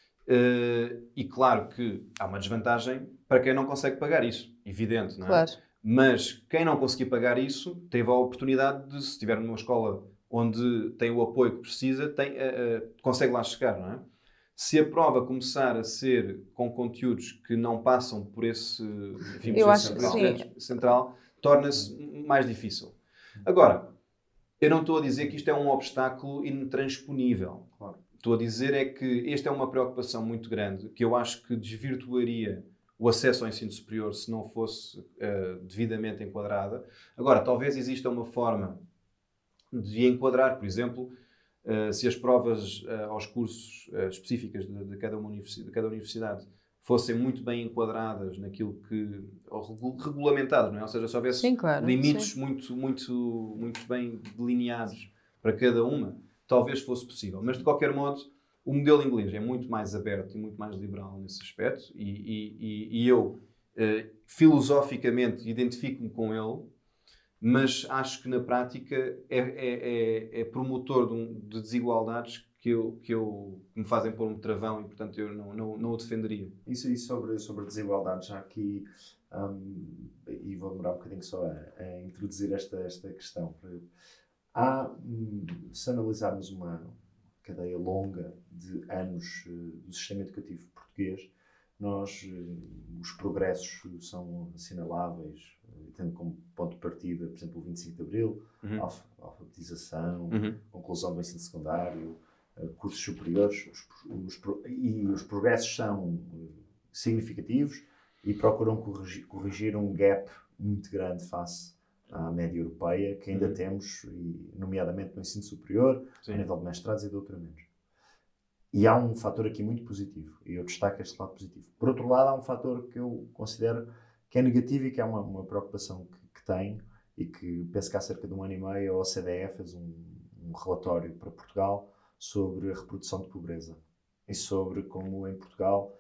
Uh, e claro que há uma desvantagem para quem não consegue pagar isso, evidente, não é? Claro. Mas quem não conseguir pagar isso teve a oportunidade de, se estiver numa escola onde tem o apoio que precisa, tem, uh, uh, consegue lá chegar, não é? Se a prova começar a ser com conteúdos que não passam por esse, enfim, Eu por acho esse que sim. central, torna-se mais difícil. Agora, Eu não estou a dizer que isto é um obstáculo intransponível. Claro. Estou a dizer é que esta é uma preocupação muito grande, que eu acho que desvirtuaria o acesso ao ensino superior se não fosse uh, devidamente enquadrada. Agora, talvez exista uma forma de enquadrar, por exemplo, uh, se as provas uh, aos cursos uh, específicas de, de, cada uma universidade, de cada universidade fossem muito bem enquadradas naquilo que... ou regulamentadas, não é? Ou seja, se houvesse sim, claro, limites sim. muito, muito, muito bem delineados para cada uma, talvez fosse possível. Mas, de qualquer modo, o modelo inglês é muito mais aberto e muito mais liberal nesse aspecto e, e, e eu, uh, filosoficamente, identifico-me com ele, mas acho que, na prática, é, é, é, é promotor de, um, de desigualdades que, eu, que, eu, que me fazem pôr um travão e, portanto, eu não, não, não o defenderia. Isso, isso sobre, sobre desigualdades, já aqui, um, e vou demorar um bocadinho só a, a introduzir esta, esta questão. Há, se analisarmos uma cadeia longa de anos do sistema educativo português, nós, os progressos são assinaláveis, tendo como ponto de partida, por exemplo, o vinte e cinco de Abril, uhum. alf, alfabetização, uhum. conclusão do ensino secundário, cursos superiores, os, os, e os progressos são significativos e procuram corrigir, corrigir um gap muito grande face à média europeia, que ainda uhum. temos, e, nomeadamente no ensino superior, Sim. a nível de mestrados e doutoramentos. E há um fator aqui muito positivo, e eu destaco este lado positivo. Por outro lado, há um fator que eu considero que é negativo e que é uma, uma preocupação que, que tenho, e que penso que há cerca de um ano e meio a O C D E fez um, um relatório para Portugal sobre a reprodução de pobreza e sobre como em Portugal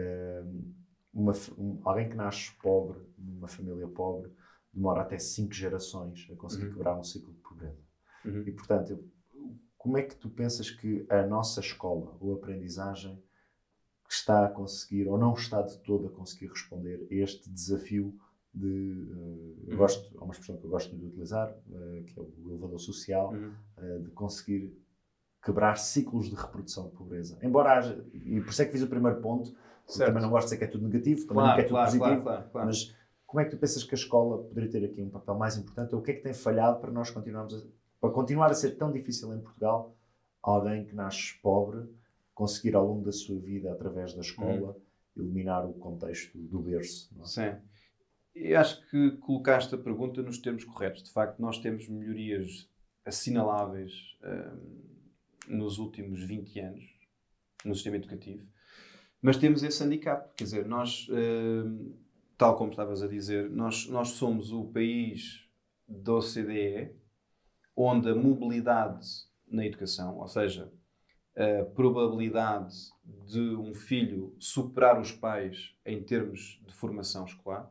uma, um, alguém que nasce pobre, numa família pobre, demora até cinco gerações a conseguir uhum. quebrar um ciclo de pobreza. Uhum. E, portanto, eu, como é que tu pensas que a nossa escola ou a aprendizagem está a conseguir, ou não está de todo a conseguir responder a este desafio de... Uh, eu uhum. gosto, há uma expressão que eu gosto de utilizar, uh, que é o elevador social, uhum. uh, de conseguir quebrar ciclos de reprodução de pobreza. Embora haja, e por isso é que fiz o primeiro ponto, também não gosto de dizer que é tudo negativo, também claro, não quer tudo claro, positivo, claro, claro, claro. mas como é que tu pensas que a escola poderia ter aqui um papel mais importante? Ou o que é que tem falhado para nós continuarmos a, para continuar a ser tão difícil em Portugal alguém que nasce pobre conseguir ao longo da sua vida, através da escola, hum. eliminar o contexto do berço? Não é? Sim. Eu acho que colocaste a pergunta nos termos corretos. De facto, nós temos melhorias assinaláveis hum, nos últimos vinte anos no sistema educativo, mas temos esse handicap. Quer dizer, nós, hum, tal como estavas a dizer, nós, nós somos o país da O C D E onde a mobilidade na educação, ou seja, a probabilidade de um filho superar os pais em termos de formação escolar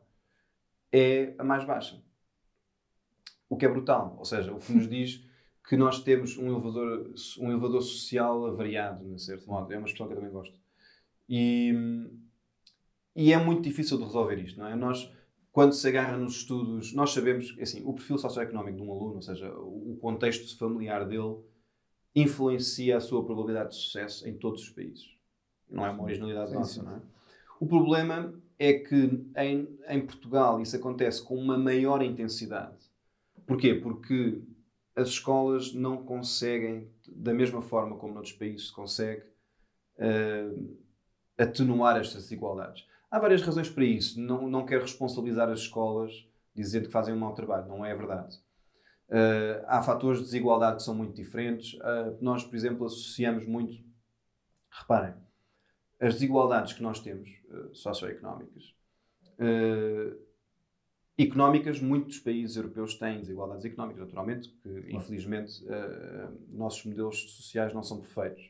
é a mais baixa. O que é brutal. Ou seja, o que nos diz que nós temos um elevador, um elevador social avariado, de certo modo. É uma expressão que eu também gosto. E, e é muito difícil de resolver isto, não é? Nós, quando se agarra nos estudos, nós sabemos, assim, o perfil socioeconómico de um aluno, ou seja, o contexto familiar dele, influencia a sua probabilidade de sucesso em todos os países. Não é uma originalidade sim, nossa, sim. não é? O problema é que em, em Portugal isso acontece com uma maior intensidade. Porquê? Porque as escolas não conseguem, da mesma forma como noutros países se consegue, uh, atenuar estas desigualdades. Há várias razões para isso. Não, não quero responsabilizar as escolas dizendo que fazem um mau trabalho. Não é verdade. Uh, há fatores de desigualdade que são muito diferentes. Uh, nós, por exemplo, associamos muito... Reparem, as desigualdades que nós temos, uh, socioeconómicas, uh, económicas, muitos países europeus têm desigualdades económicas, naturalmente, que, claro. infelizmente, uh, nossos modelos sociais não são perfeitos.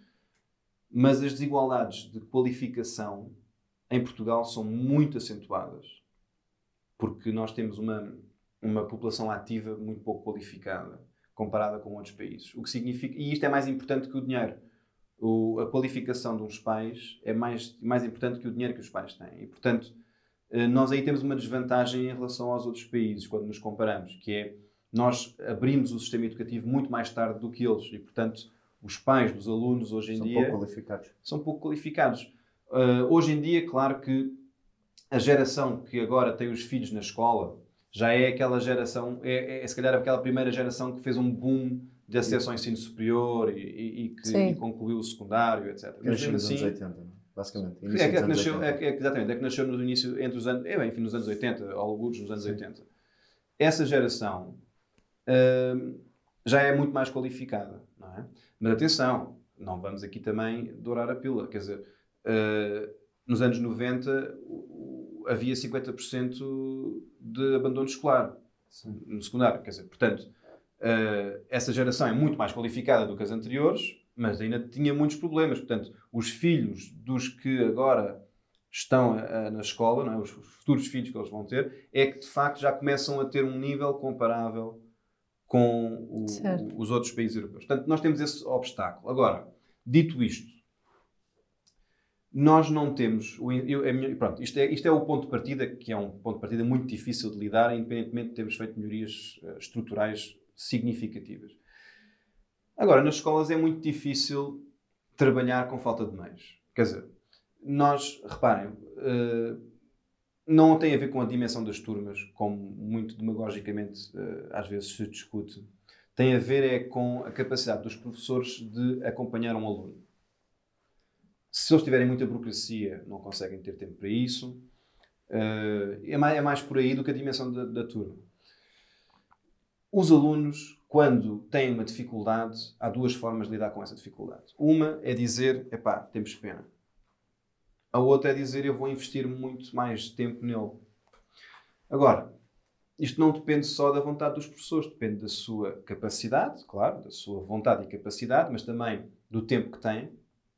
Mas as desigualdades de qualificação em Portugal são muito acentuadas, porque nós temos uma... uma população ativa muito pouco qualificada comparada com outros países. O que significa, e isto é mais importante que o dinheiro. O, a qualificação de uns pais é mais, mais importante que o dinheiro que os pais têm. E, portanto, nós aí temos uma desvantagem em relação aos outros países, quando nos comparamos, que é, nós abrimos o sistema educativo muito mais tarde do que eles. E, portanto, os pais dos alunos hoje em são dia... São pouco qualificados. São pouco qualificados. Uh, hoje em dia, claro que a geração que agora tem os filhos na escola já é aquela geração, é, é se calhar aquela primeira geração que fez um boom de acesso ao ensino superior e, e, e que e concluiu o secundário, etcétera. Que nasceu nos anos oitenta, basicamente. É que, é que nasceu, é que, é que, exatamente, é que nasceu no início, entre os anos, é, bem, enfim, nos anos oitenta, alguns nos anos Sim. oitenta. Essa geração uh, já é muito mais qualificada, não é? Mas atenção, não vamos aqui também dourar a pílula, quer dizer, uh, nos anos noventa uh, havia cinquenta por cento de abandono escolar Sim. no secundário, quer dizer, portanto, uh, essa geração é muito mais qualificada do que as anteriores, mas ainda tinha muitos problemas. Portanto, os filhos dos que agora estão a, a, na escola, não é? os, os futuros filhos que eles vão ter, é que de facto já começam a ter um nível comparável com o, o, os outros países europeus. Portanto, nós temos esse obstáculo. Agora, dito isto, nós não temos... O, eu, a minha, pronto, isto, é, isto é o ponto de partida, que é um ponto de partida muito difícil de lidar, independentemente de termos feito melhorias uh, estruturais significativas. Agora, nas escolas é muito difícil trabalhar com falta de meios. Quer dizer, nós, reparem, uh, não tem a ver com a dimensão das turmas, como muito demagogicamente uh, às vezes se discute. Tem a ver é com a capacidade dos professores de acompanhar um aluno. Se eles tiverem muita burocracia, não conseguem ter tempo para isso. Uh, é, mais, é mais por aí do que a dimensão da, da turma. Os alunos, quando têm uma dificuldade, há duas formas de lidar com essa dificuldade. Uma é dizer, epá, temos pena. A outra é dizer, eu vou investir muito mais tempo nele. Agora, isto não depende só da vontade dos professores, depende da sua capacidade, claro, da sua vontade e capacidade, mas também do tempo que têm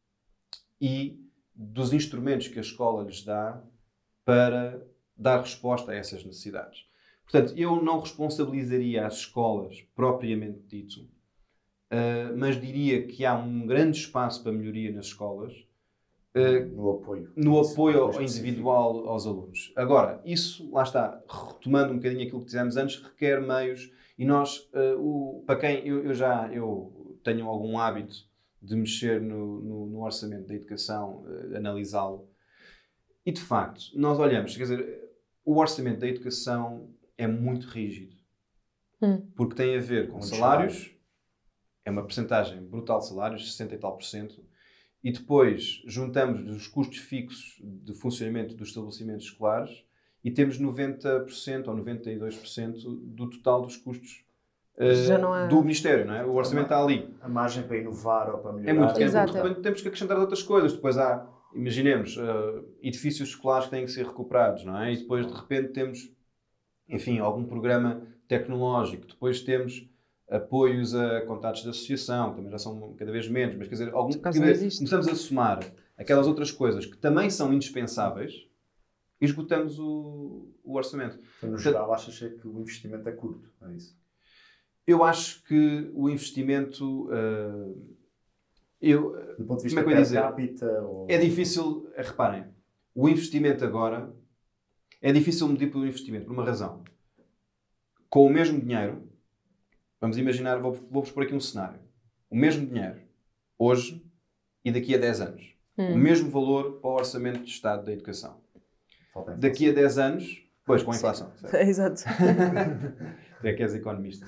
e dos instrumentos que a escola lhes dá para dar resposta a essas necessidades. Portanto, eu não responsabilizaria as escolas propriamente dito, uh, mas diria que há um grande espaço para melhoria nas escolas, uh, no apoio, no apoio ao individual aos alunos. Agora, isso, lá está, retomando um bocadinho aquilo que dizemos antes, requer meios e nós, uh, o, para quem eu, eu já eu tenho algum hábito de mexer no, no, no orçamento da educação, uh, analisá-lo, e de facto, nós olhamos, quer dizer, o orçamento da educação é muito rígido. Hum. Porque tem a ver com muito salários, salário. É uma percentagem brutal de salários, sessenta e tal por cento, e depois juntamos os custos fixos de funcionamento dos estabelecimentos escolares e temos noventa por cento ou noventa e dois por cento do total dos custos uh, há... do Ministério, não é? O orçamento está ali. A margem para inovar ou para melhorar. É muito pequeno, porque de repente temos que acrescentar outras coisas. Depois há, imaginemos, uh, edifícios escolares que têm que ser recuperados, não é? E depois de repente temos, enfim, algum programa tecnológico. Depois temos apoios a contatos de associação, que também já são cada vez menos, mas quer dizer, algum, quer dizer começamos a somar aquelas outras coisas que também são indispensáveis e esgotamos o, o orçamento. Então, no geral, achas que o investimento é curto, não é isso? Eu acho que o investimento... Uh, eu, Do ponto de vista per é capita... Ou... É difícil... Reparem, o investimento agora... É difícil medir pelo investimento, por uma razão. Com o mesmo dinheiro, vamos imaginar, vou, vou-vos pôr aqui um cenário. O mesmo dinheiro, hoje e daqui a dez anos. Hum. O mesmo valor para o orçamento de Estado da educação. Daqui a dez anos, pois com a inflação. Exato. Tu é que és economista.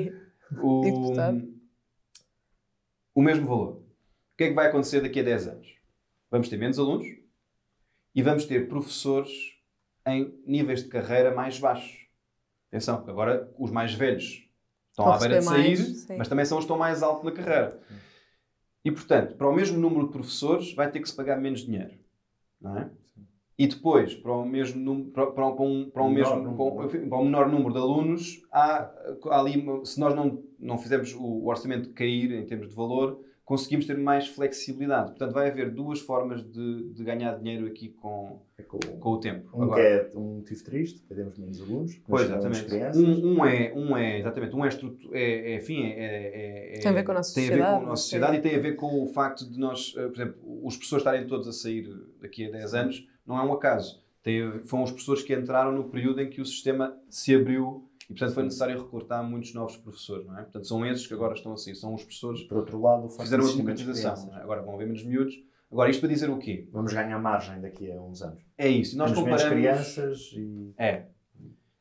o, o mesmo valor. O que é que vai acontecer daqui a dez anos? Vamos ter menos alunos e vamos ter professores em níveis de carreira mais baixos. Atenção, agora os mais velhos estão à beira de sair, mais, mas também são os que estão mais alto na carreira. E, portanto, para o mesmo número de professores vai ter que se pagar menos dinheiro. Não é? E depois, para o mesmo número, para, para, para um, para um mesmo, para, para um menor número de alunos, há, há ali, se nós não, não fizermos o orçamento cair em termos de valor, conseguimos ter mais flexibilidade. Portanto, vai haver duas formas de, de ganhar dinheiro aqui com, é com, com o tempo. Um Agora, que é um motivo triste, perdemos menos alunos. Pois, exatamente. Um, um, é, um é, exatamente, um é, é, é, enfim, é, é, é, tem a ver com a nossa tem sociedade. Tem a ver com a nossa sociedade e tem a ver com o facto de nós, por exemplo, os professores estarem todos a sair daqui a dez anos, não é um acaso. Tem, foram os professores que entraram no período em que o sistema se abriu e, portanto, foi necessário recrutar muitos novos professores, não é? Portanto, são esses que agora estão a sair. São os professores Por outro lado, que fizeram a democratização. É? Agora vão haver menos miúdos. Agora, isto para dizer o quê? Vamos ganhar margem daqui a uns anos. É isso. Nós Temos comparamos... menos crianças e... É.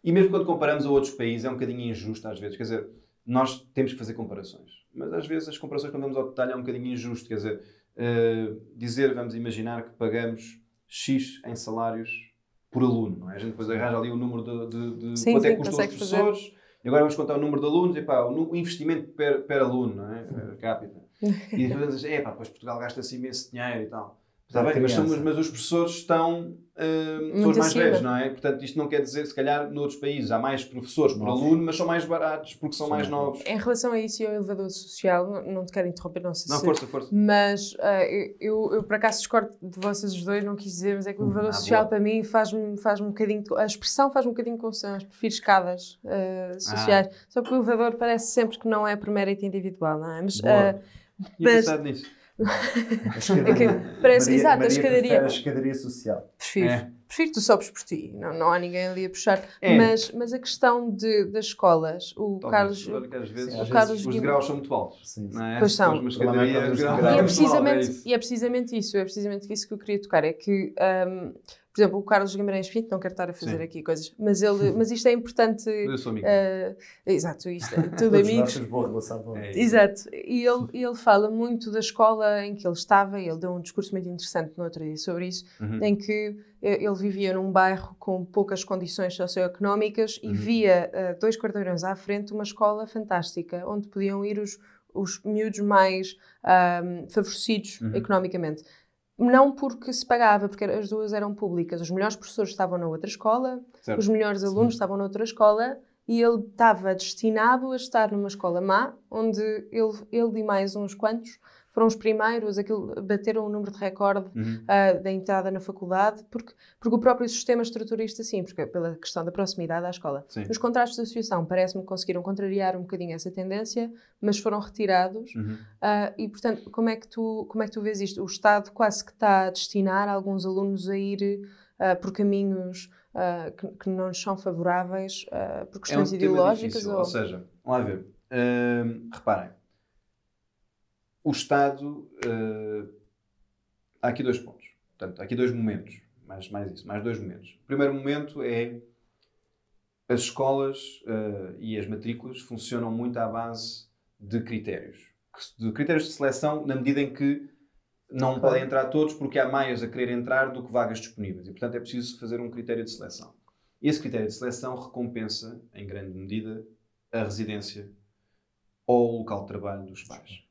E mesmo quando comparamos a outros países, é um bocadinho injusto às vezes. Quer dizer, nós temos que fazer comparações. Mas às vezes as comparações, quando vamos ao detalhe, é um bocadinho injusto. Quer dizer, uh, dizer, vamos imaginar que pagamos X em salários por aluno. Não é? A gente depois arranja ali o número de, de, de sim, quanto sim, é que custam os professores. Fazer. E agora vamos contar o número de alunos. E pá, o investimento per, per aluno, não é? Per capita. E depois dizem, é pá, pois Portugal gasta-se imenso dinheiro e tal. Está bem, mas, somos, mas os professores estão uh, pessoas mais velhos, não é? Portanto, isto não quer dizer, se calhar, noutros países há mais professores por Nossa. aluno, mas são mais baratos porque são Sim. mais novos. Em relação a isso e ao elevador social, não te quero interromper, não sei não, se... força, força. Mas uh, eu, eu, por acaso, discordo de vocês os dois, não quis dizer, mas é que o elevador ah, social, boa. para mim, faz-me faz um bocadinho... A expressão faz um bocadinho de confusão. Eu prefiro escadas uh, sociais. Ah. Só que o elevador parece sempre que não é por mérito individual, não é? Mas... Uh, Tinha mas... pensado nisso. A escadaria. Parece, Maria, exato, Maria a escadaria. A escadaria social. Prefiro. É. Prefiro que tu sobes por ti. Não, não há ninguém ali a puxar. É. Mas, mas a questão de, das escolas, o Talvez, Carlos... Que às vezes, sim, às o Carlos vezes os degraus são muito altos. Sim, sim. Não é? Pois são. Uma escadaria, é e, é precisamente, e é precisamente isso. É precisamente isso que eu queria tocar. É que... Um, por exemplo, o Carlos Guimarães Pinto, não quero estar a fazer Sim. aqui coisas, mas, ele, mas isto é importante. Eu sou amigo. Uh, exato, isto é tudo amigos. Nós boa relação com é exato. E ele, ele fala muito da escola em que ele estava, ele deu um discurso muito interessante no outro dia sobre isso, uhum. em que ele vivia num bairro com poucas condições socioeconómicas e uhum. via uh, dois quarteirões à frente uma escola fantástica, onde podiam ir os, os miúdos mais um, favorecidos uhum. economicamente. Não porque se pagava, porque as duas eram públicas. Os melhores professores estavam na outra escola, certo. Os melhores alunos Sim. estavam na outra escola e ele estava destinado a estar numa escola má, onde ele, ele e mais uns quantos foram os primeiros, aquilo, bateram o número de recorde uhum. uh, da entrada na faculdade, porque, porque o próprio sistema estrutura isto assim, porque pela questão da proximidade à escola. Sim. Os contratos de associação parece-me que conseguiram contrariar um bocadinho essa tendência, mas foram retirados. Uhum. Uh, e, portanto, como é, que tu, como é que tu vês isto? O Estado quase que está a destinar alguns alunos a ir uh, por caminhos uh, que, que não lhes são favoráveis uh, por questões é um ideológicas? Ou... ou seja, vamos lá ver. Uh, reparem. O Estado, uh, há aqui dois pontos, portanto, há aqui dois momentos, mais, mais isso, mais dois momentos. O primeiro momento é as escolas uh, e as matrículas funcionam muito à base de critérios, de critérios de seleção na medida em que não claro. podem entrar todos porque há mais a querer entrar do que vagas disponíveis e, portanto, é preciso fazer um critério de seleção. E esse critério de seleção recompensa, em grande medida, a residência ou o local de trabalho dos pais.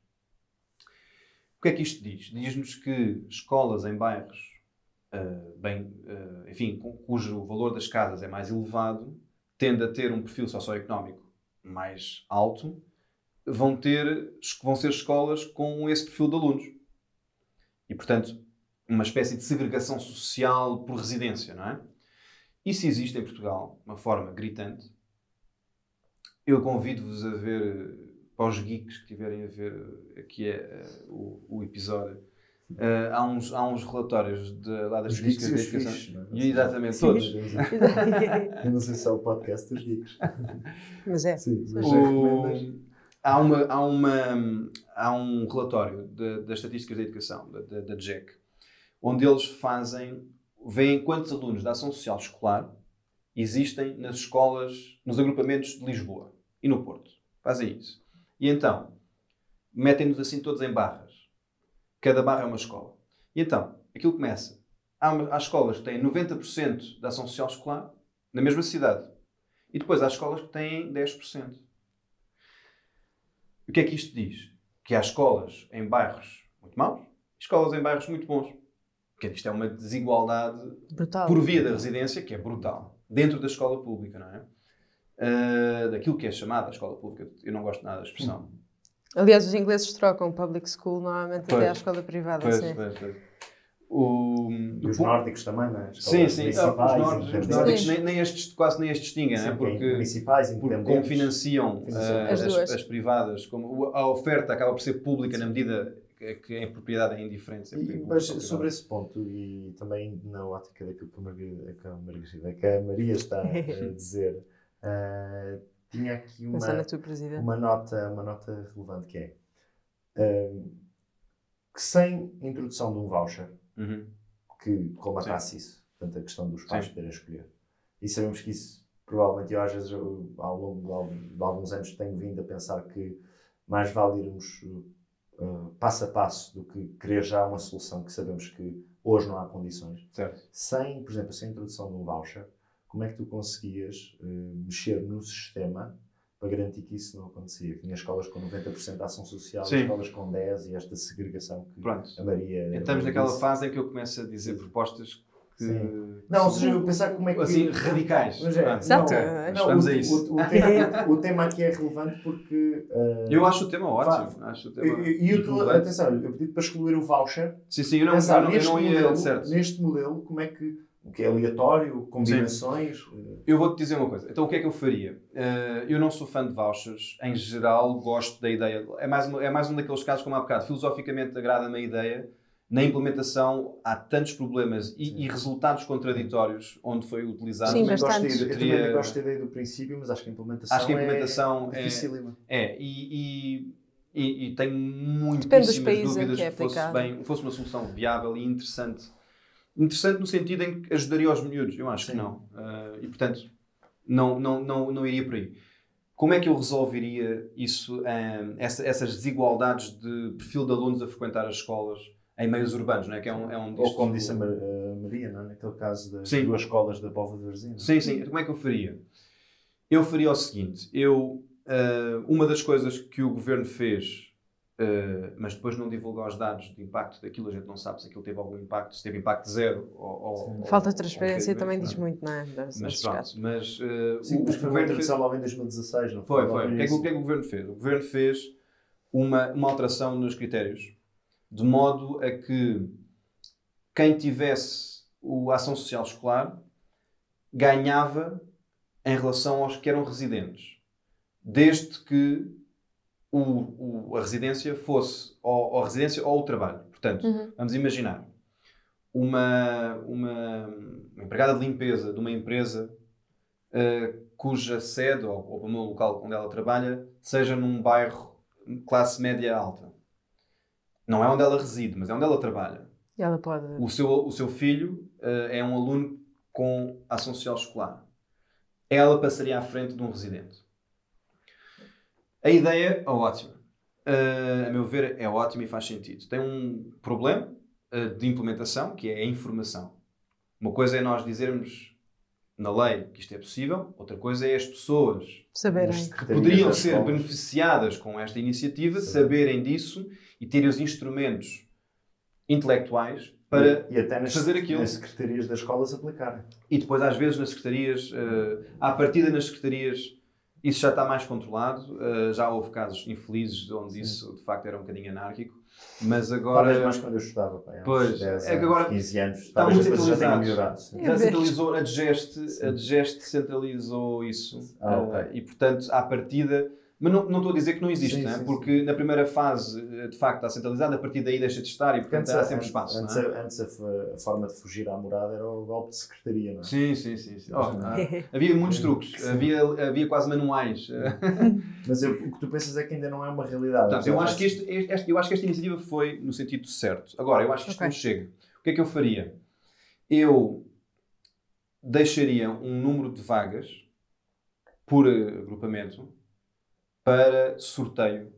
O que é que isto diz? Diz-nos que escolas em bairros, uh, bem, uh, enfim, cujo valor das casas é mais elevado, tende a ter um perfil socioeconómico mais alto, vão, ter, vão ser escolas com esse perfil de alunos. E, portanto, uma espécie de segregação social por residência, não é? Isso existe em Portugal, uma forma gritante. Eu convido-vos a ver... para os geeks que tiverem a ver aqui é, uh, o, o episódio, uh, há, uns, há uns relatórios de, lá das estatísticas da educação. Fixe, não é? E, exatamente, todos. Eu não sei se é o podcast dos geeks. Mas é. Sim, mas o, há, uma, há, uma, há um relatório de, das estatísticas da educação, da, da, da D G E C, onde eles fazem, veem quantos alunos da ação social escolar existem nas escolas, nos agrupamentos de Lisboa e no Porto. Fazem isso. E então, metem-nos assim todos em barras. Cada barra é uma escola. E então, aquilo começa. Há, uma, há escolas que têm noventa por cento da ação social escolar na mesma cidade. E depois há escolas que têm dez por cento. O que é que isto diz? Que há escolas em bairros muito maus e escolas em bairros muito bons. Porque isto é uma desigualdade brutal. Por via da residência que é brutal. Dentro da escola pública, não é? Uh, daquilo que é chamada a escola pública. Eu não gosto nada da expressão. Aliás, os ingleses trocam public school normalmente pois, até à escola privada. Pois, sim. Pois, pois. O, e os o, nórdicos também, não é? Sim, sim. Os nórdicos, os nórdicos nem, nem estes, quase nem as distinguem, sim, né? Porque, municipais, porque como financiam, financiam uh, as, as, as privadas, como a oferta acaba por ser pública sim. na medida que em propriedade é indiferente. E, mas sobre esse ponto, e também na ótica daquilo que a Maria, que a Maria, que a Maria está a dizer, Uh, tinha aqui uma, uma, nota, uma nota relevante que é uh, que sem introdução de um voucher uhum. que colmatasse isso, portanto a questão dos pais Sim. poderem escolher, e sabemos que isso provavelmente eu às vezes eu, ao longo de alguns anos tenho vindo a pensar que mais vale irmos uh, passo a passo do que querer já uma solução que sabemos que hoje não há condições. Certo. Sem, por exemplo, sem a introdução de um voucher, como é que tu conseguias uh, mexer no sistema para garantir que isso não acontecia? Tinha escolas com noventa por cento de ação social, Sim. escolas com dez por cento e esta segregação que Pronto. a Maria... Estamos naquela disse. fase em que eu começo a dizer Sim. propostas que... Sim. Não, ou seja, eu pensar como é que... Assim, radicais. Mas é, Pronto. Exato. Não, não, Vamos o, a isso. O, o, tema, o tema aqui é relevante porque... Uh, Eu acho o tema ótimo. Acho o tema E, e eu tô, relevante. atenção, eu pedi para excluir o voucher. Sim, sim, eu não, Pensar eu não, eu neste não ia... modelo, certo. neste modelo, como é que... O que é aleatório, combinações... Uh, Eu vou-te dizer uma coisa. Então, o que é que eu faria? Uh, eu não sou fã de vouchers. Em geral, gosto da ideia. É mais, uma, é mais um daqueles casos, como há bocado. Filosoficamente, agrada-me a ideia. Na implementação, há tantos problemas e, e resultados contraditórios onde foi utilizado. Sim, eu também gosto bastantes. da- eu Teria- também gosto da ideia do princípio, mas acho que a implementação, Acho que a implementação é é- dificílima. É, e, e, e, e tenho muitíssimas Depende dos países em dúvidas que é que fosse, aplicado. bem, fosse uma solução viável e interessante. Interessante no sentido em que ajudaria aos miúdos. Eu acho Sim. que não. Uh, e, portanto, não, não, não, não iria por aí. Como é que eu resolveria isso, um, essa, essas desigualdades de perfil de alunos a frequentar as escolas em meios urbanos, não é? Que é um, é um Ou como disto- disse a Mar- a Maria, não é? Naquele caso das Sim. duas escolas da Póvoa de Varzim. Sim, sim. Como é que eu faria? Eu faria o seguinte. Eu, uh, uma das coisas que o governo fez, uh, mas depois não divulgou os dados de impacto daquilo, a gente não sabe se aquilo teve algum impacto, se teve impacto zero ou... ou Falta ou- de transparência ou- também não. diz muito, não é? Das- Mas desses pronto, casos. mas uh, Sim, o, mas o foi uma governo fez... introdução logo em dois mil e dezasseis, não Foi, Logo foi. no O que, é que, início. o que é que o governo fez? O governo fez uma, uma alteração nos critérios, de modo a que quem tivesse o- a ação social escolar ganhava em relação aos que eram residentes, desde que o, o, a residência fosse ou, ou a residência ou o trabalho. Portanto, Uhum. vamos imaginar uma, uma, uma empregada de limpeza de uma empresa uh, cuja sede ou, ou no local onde ela trabalha seja num bairro classe média alta. Não é onde ela reside, mas é onde ela trabalha. E ela pode... O seu, o seu filho uh, é um aluno com ação social escolar. Ela passaria à frente de um residente. A ideia é ótima. Uh, a meu ver, é ótima e faz sentido. Tem um problema uh, de implementação, que é a informação. Uma coisa é nós dizermos na lei que isto é possível, outra coisa é as pessoas Saberem. Mas- que poderiam das ser escolas. beneficiadas com esta iniciativa, Sim. saberem disso e terem os instrumentos intelectuais para... E, e até nas, fazer aquilo. nas secretarias das escolas aplicarem. E depois, às vezes, nas secretarias, uh, à partida nas secretarias, isso já está mais controlado. Uh, já houve casos infelizes onde Sim. isso, de facto, era um bocadinho anárquico. Mas Agora, agora mais quando eu estudava, pá, há uns Pois, dez é que anos, agora quinze anos, está talvez muito as coisas já tenham centralizado. melhorado. sim. É já ver. centralizou, a Digeste, Sim. a Digeste centralizou isso. Ah, Uh, ok. e, portanto, à partida... Mas não, não estou a dizer que não existe, Sim, não é? sim, Porque na primeira fase, de facto, está centralizado, a partir daí deixa de estar e, Porque portanto, antes, há a- sempre espaço, antes, não é? a, antes a, f- a forma de fugir à morada era o golpe de secretaria, não é? Sim, sim, sim. sim. Oh, Ah. ah, havia muitos truques, Sim. havia, havia quase manuais. Mas eu- o que tu pensas é que ainda não é uma realidade. Portanto, eu, acho que este, este- este- eu acho que esta iniciativa foi no sentido certo. Agora, eu acho que isto Ok. não chega. O que é que eu faria? Eu deixaria um número de vagas por eh, agrupamento para sorteio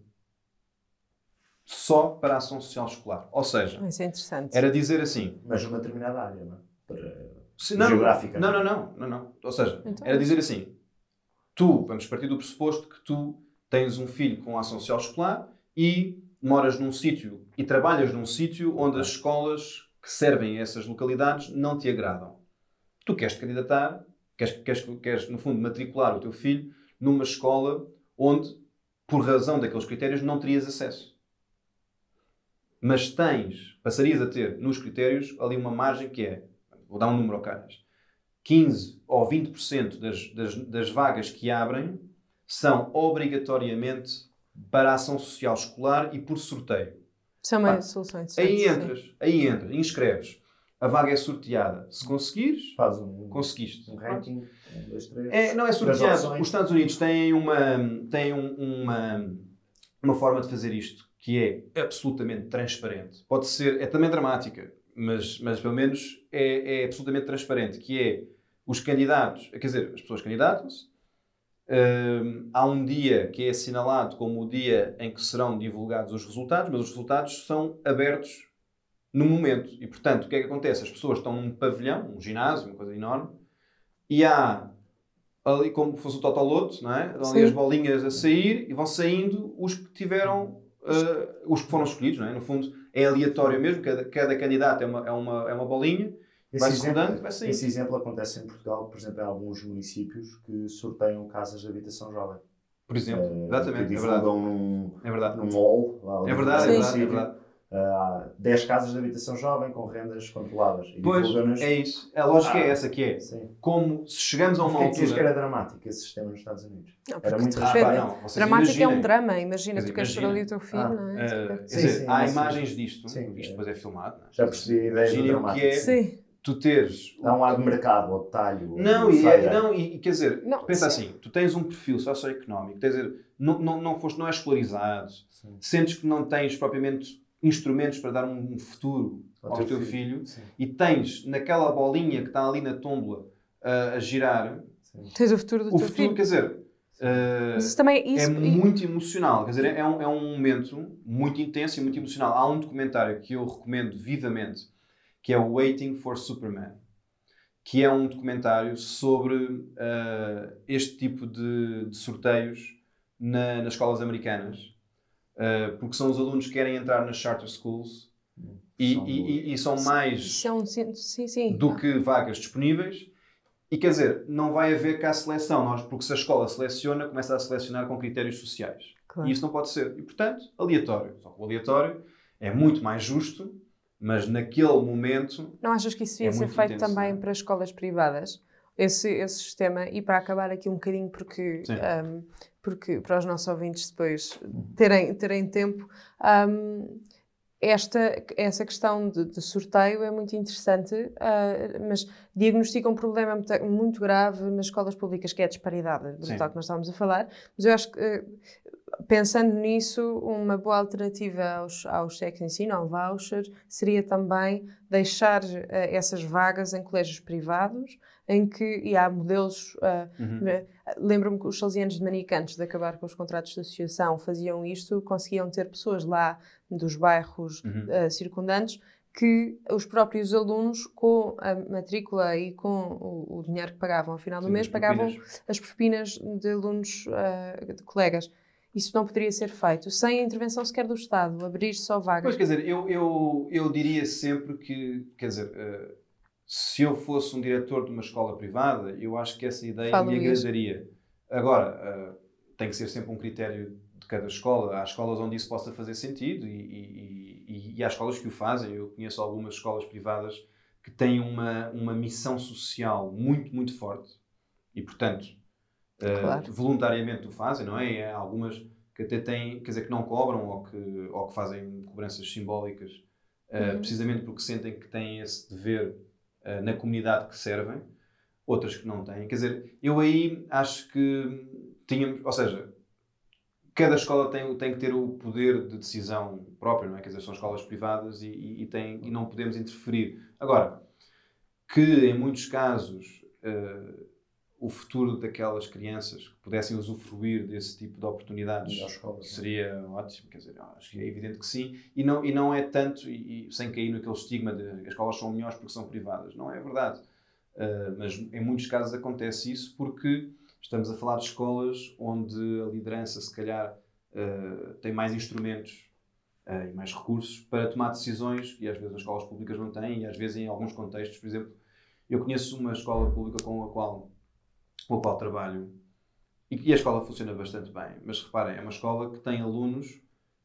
só para a ação social escolar. Ou seja, Isso é interessante. era dizer assim... Mas numa determinada área, não é? Para... Se, não, Geográfica. Não, não, não, não, não. Ou seja, Então. era dizer assim, tu, vamos partir do pressuposto que tu tens um filho com ação social escolar e moras num sítio e trabalhas num sítio onde as escolas que servem a essas localidades não te agradam. Tu queres te candidatar, queres, queres, queres, no fundo, matricular o teu filho numa escola onde, por razão daqueles critérios, não terias acesso. Mas tens, passarias a ter nos critérios ali uma margem que é, vou dar um número ao caras, quinze ou vinte por cento das, das, das vagas que abrem são obrigatoriamente para a ação social escolar e por sorteio. Isso é uma Pá, solução Aí interessante. sim. entras, aí entras, inscreves. A vaga é sorteada. Se conseguires, Faz um, conseguiste. um ranking, um, dois, três. É, não é três sorteado. opções. Os Estados Unidos têm, uma, têm um- uma, uma forma de fazer isto que é absolutamente transparente. Pode ser, é também dramática, mas, mas pelo menos é, é absolutamente transparente, que é os candidatos, quer dizer, as pessoas candidatam-se, uh, há um dia que é assinalado como o dia em que serão divulgados os resultados, mas os resultados são abertos no momento. E, portanto, o que é que acontece? As pessoas estão num pavilhão, um ginásio, uma coisa enorme, e há ali como fosse o Totoloto, não é? Estão ali as bolinhas a sair e vão saindo os que tiveram, uh, os que foram escolhidos, não é? No fundo, é aleatório mesmo, cada, cada candidato é uma, é uma, é uma bolinha, esse vai exemplo, secundando, vai saindo. Esse exemplo acontece em Portugal, por exemplo, em alguns municípios que sorteiam casas de habitação jovem. Por exemplo, uh, exatamente, que é verdade. Num, é verdade. num mall. Lá, é verdade, é verdade, é verdade. Há uh, dez casas de habitação jovem com rendas controladas. E pois, é isso. A lógica ah, é essa que é. Sim. Como se chegamos a uma altura... que que era dramático esse sistema nos Estados Unidos? Não, era muito ah, pá, não. Dramático imaginem. É um drama. Imagina, tu queres ter ali o teu filho, ah, não é? Uh, quer dizer, sim, há sim, imagens disto. Sim, isto depois é filmado. Não é? Já percebi a ideia do dramático. Que é sim. Tu teres... Há um lado de mercado, ou de talho. Não, e, é, não e quer dizer, não, pensa sim. assim, tu tens um perfil socioeconómico, quer dizer, não, não, não, foste, não és escolarizado, sim. Sentes que não tens propriamente instrumentos para dar um futuro ao, ao teu, teu filho, filho e tens naquela bolinha que está ali na tómbola uh, a girar, sim. Tens o futuro do o teu futuro, filho. Quer dizer, uh, Mas isso também é, isso, é muito emocional, quer dizer, é um, é um momento muito intenso e muito emocional. Há um documentário que eu recomendo vivamente, que é o Waiting for Superman, que é um documentário sobre uh, este tipo de, de sorteios na, nas escolas americanas. Uh, porque são os alunos que querem entrar nas charter schools hum, e, são, e, e, e são mais são, sim, sim. do que vagas disponíveis e quer dizer, não vai haver cá seleção, nós, porque se a escola seleciona, começa a selecionar com critérios sociais. Claro. E isso não pode ser. E portanto, aleatório. Só que o aleatório é muito mais justo, mas naquele momento... Não achas que isso devia é ser feito intenso, também para escolas privadas? Esse, esse sistema, e para acabar aqui um bocadinho, porque, um, porque para os nossos ouvintes depois terem, terem tempo, um, esta, essa questão de, de sorteio é muito interessante, uh, mas diagnostica um problema muito, muito grave nas escolas públicas, que é a disparidade, do tal que nós estávamos a falar. Mas eu acho que, uh, pensando nisso, uma boa alternativa aos, aos cheques de ensino, ao voucher, seria também deixar uh, essas vagas em colégios privados, em que e há modelos, uh, uhum. lembro-me que os salesianos dominicanos, de acabar com os contratos de associação, faziam isto, conseguiam ter pessoas lá dos bairros uhum. uh, circundantes, que os próprios alunos, com a matrícula e com o, o dinheiro que pagavam ao final do Sim, mês, pagavam propinas. as propinas de alunos, uh, de colegas. Isso não poderia ser feito sem a intervenção sequer do Estado, abrir só vagas. Pois, quer dizer, eu, eu, eu diria sempre que, quer dizer... Uh, se eu fosse um diretor de uma escola privada, eu acho que essa ideia Falo me agradaria. Isso. Agora, uh, tem que ser sempre um critério de cada escola. Há escolas onde isso possa fazer sentido e, e, e, e há escolas que o fazem. Eu conheço algumas escolas privadas que têm uma, uma missão social muito, muito forte e, portanto, uh, claro. voluntariamente o fazem, não é? E há algumas que até têm, quer dizer, que não cobram ou que, ou que fazem cobranças simbólicas, uh, uhum. precisamente porque sentem que têm esse dever na comunidade que servem, outras que não têm. Quer dizer, eu aí acho que tínhamos, ou seja, cada escola tem, tem que ter o poder de decisão próprio, não é? Quer dizer, são escolas privadas e, e, e, tem, e não podemos interferir. Agora, que em muitos casos uh, o futuro daquelas crianças que pudessem usufruir desse tipo de oportunidades escola, seria não? ótimo, quer dizer, acho que é evidente que sim, e não, e não é tanto, e, e sem cair naquele estigma de que as escolas são melhores porque são privadas, não é verdade, uh, mas em muitos casos acontece isso porque estamos a falar de escolas onde a liderança se calhar uh, tem mais instrumentos uh, e mais recursos para tomar decisões, e às vezes as escolas públicas não têm, e às vezes em alguns contextos, por exemplo, eu conheço uma escola pública com a qual com o qual trabalho, e a escola funciona bastante bem, mas reparem, é uma escola que tem alunos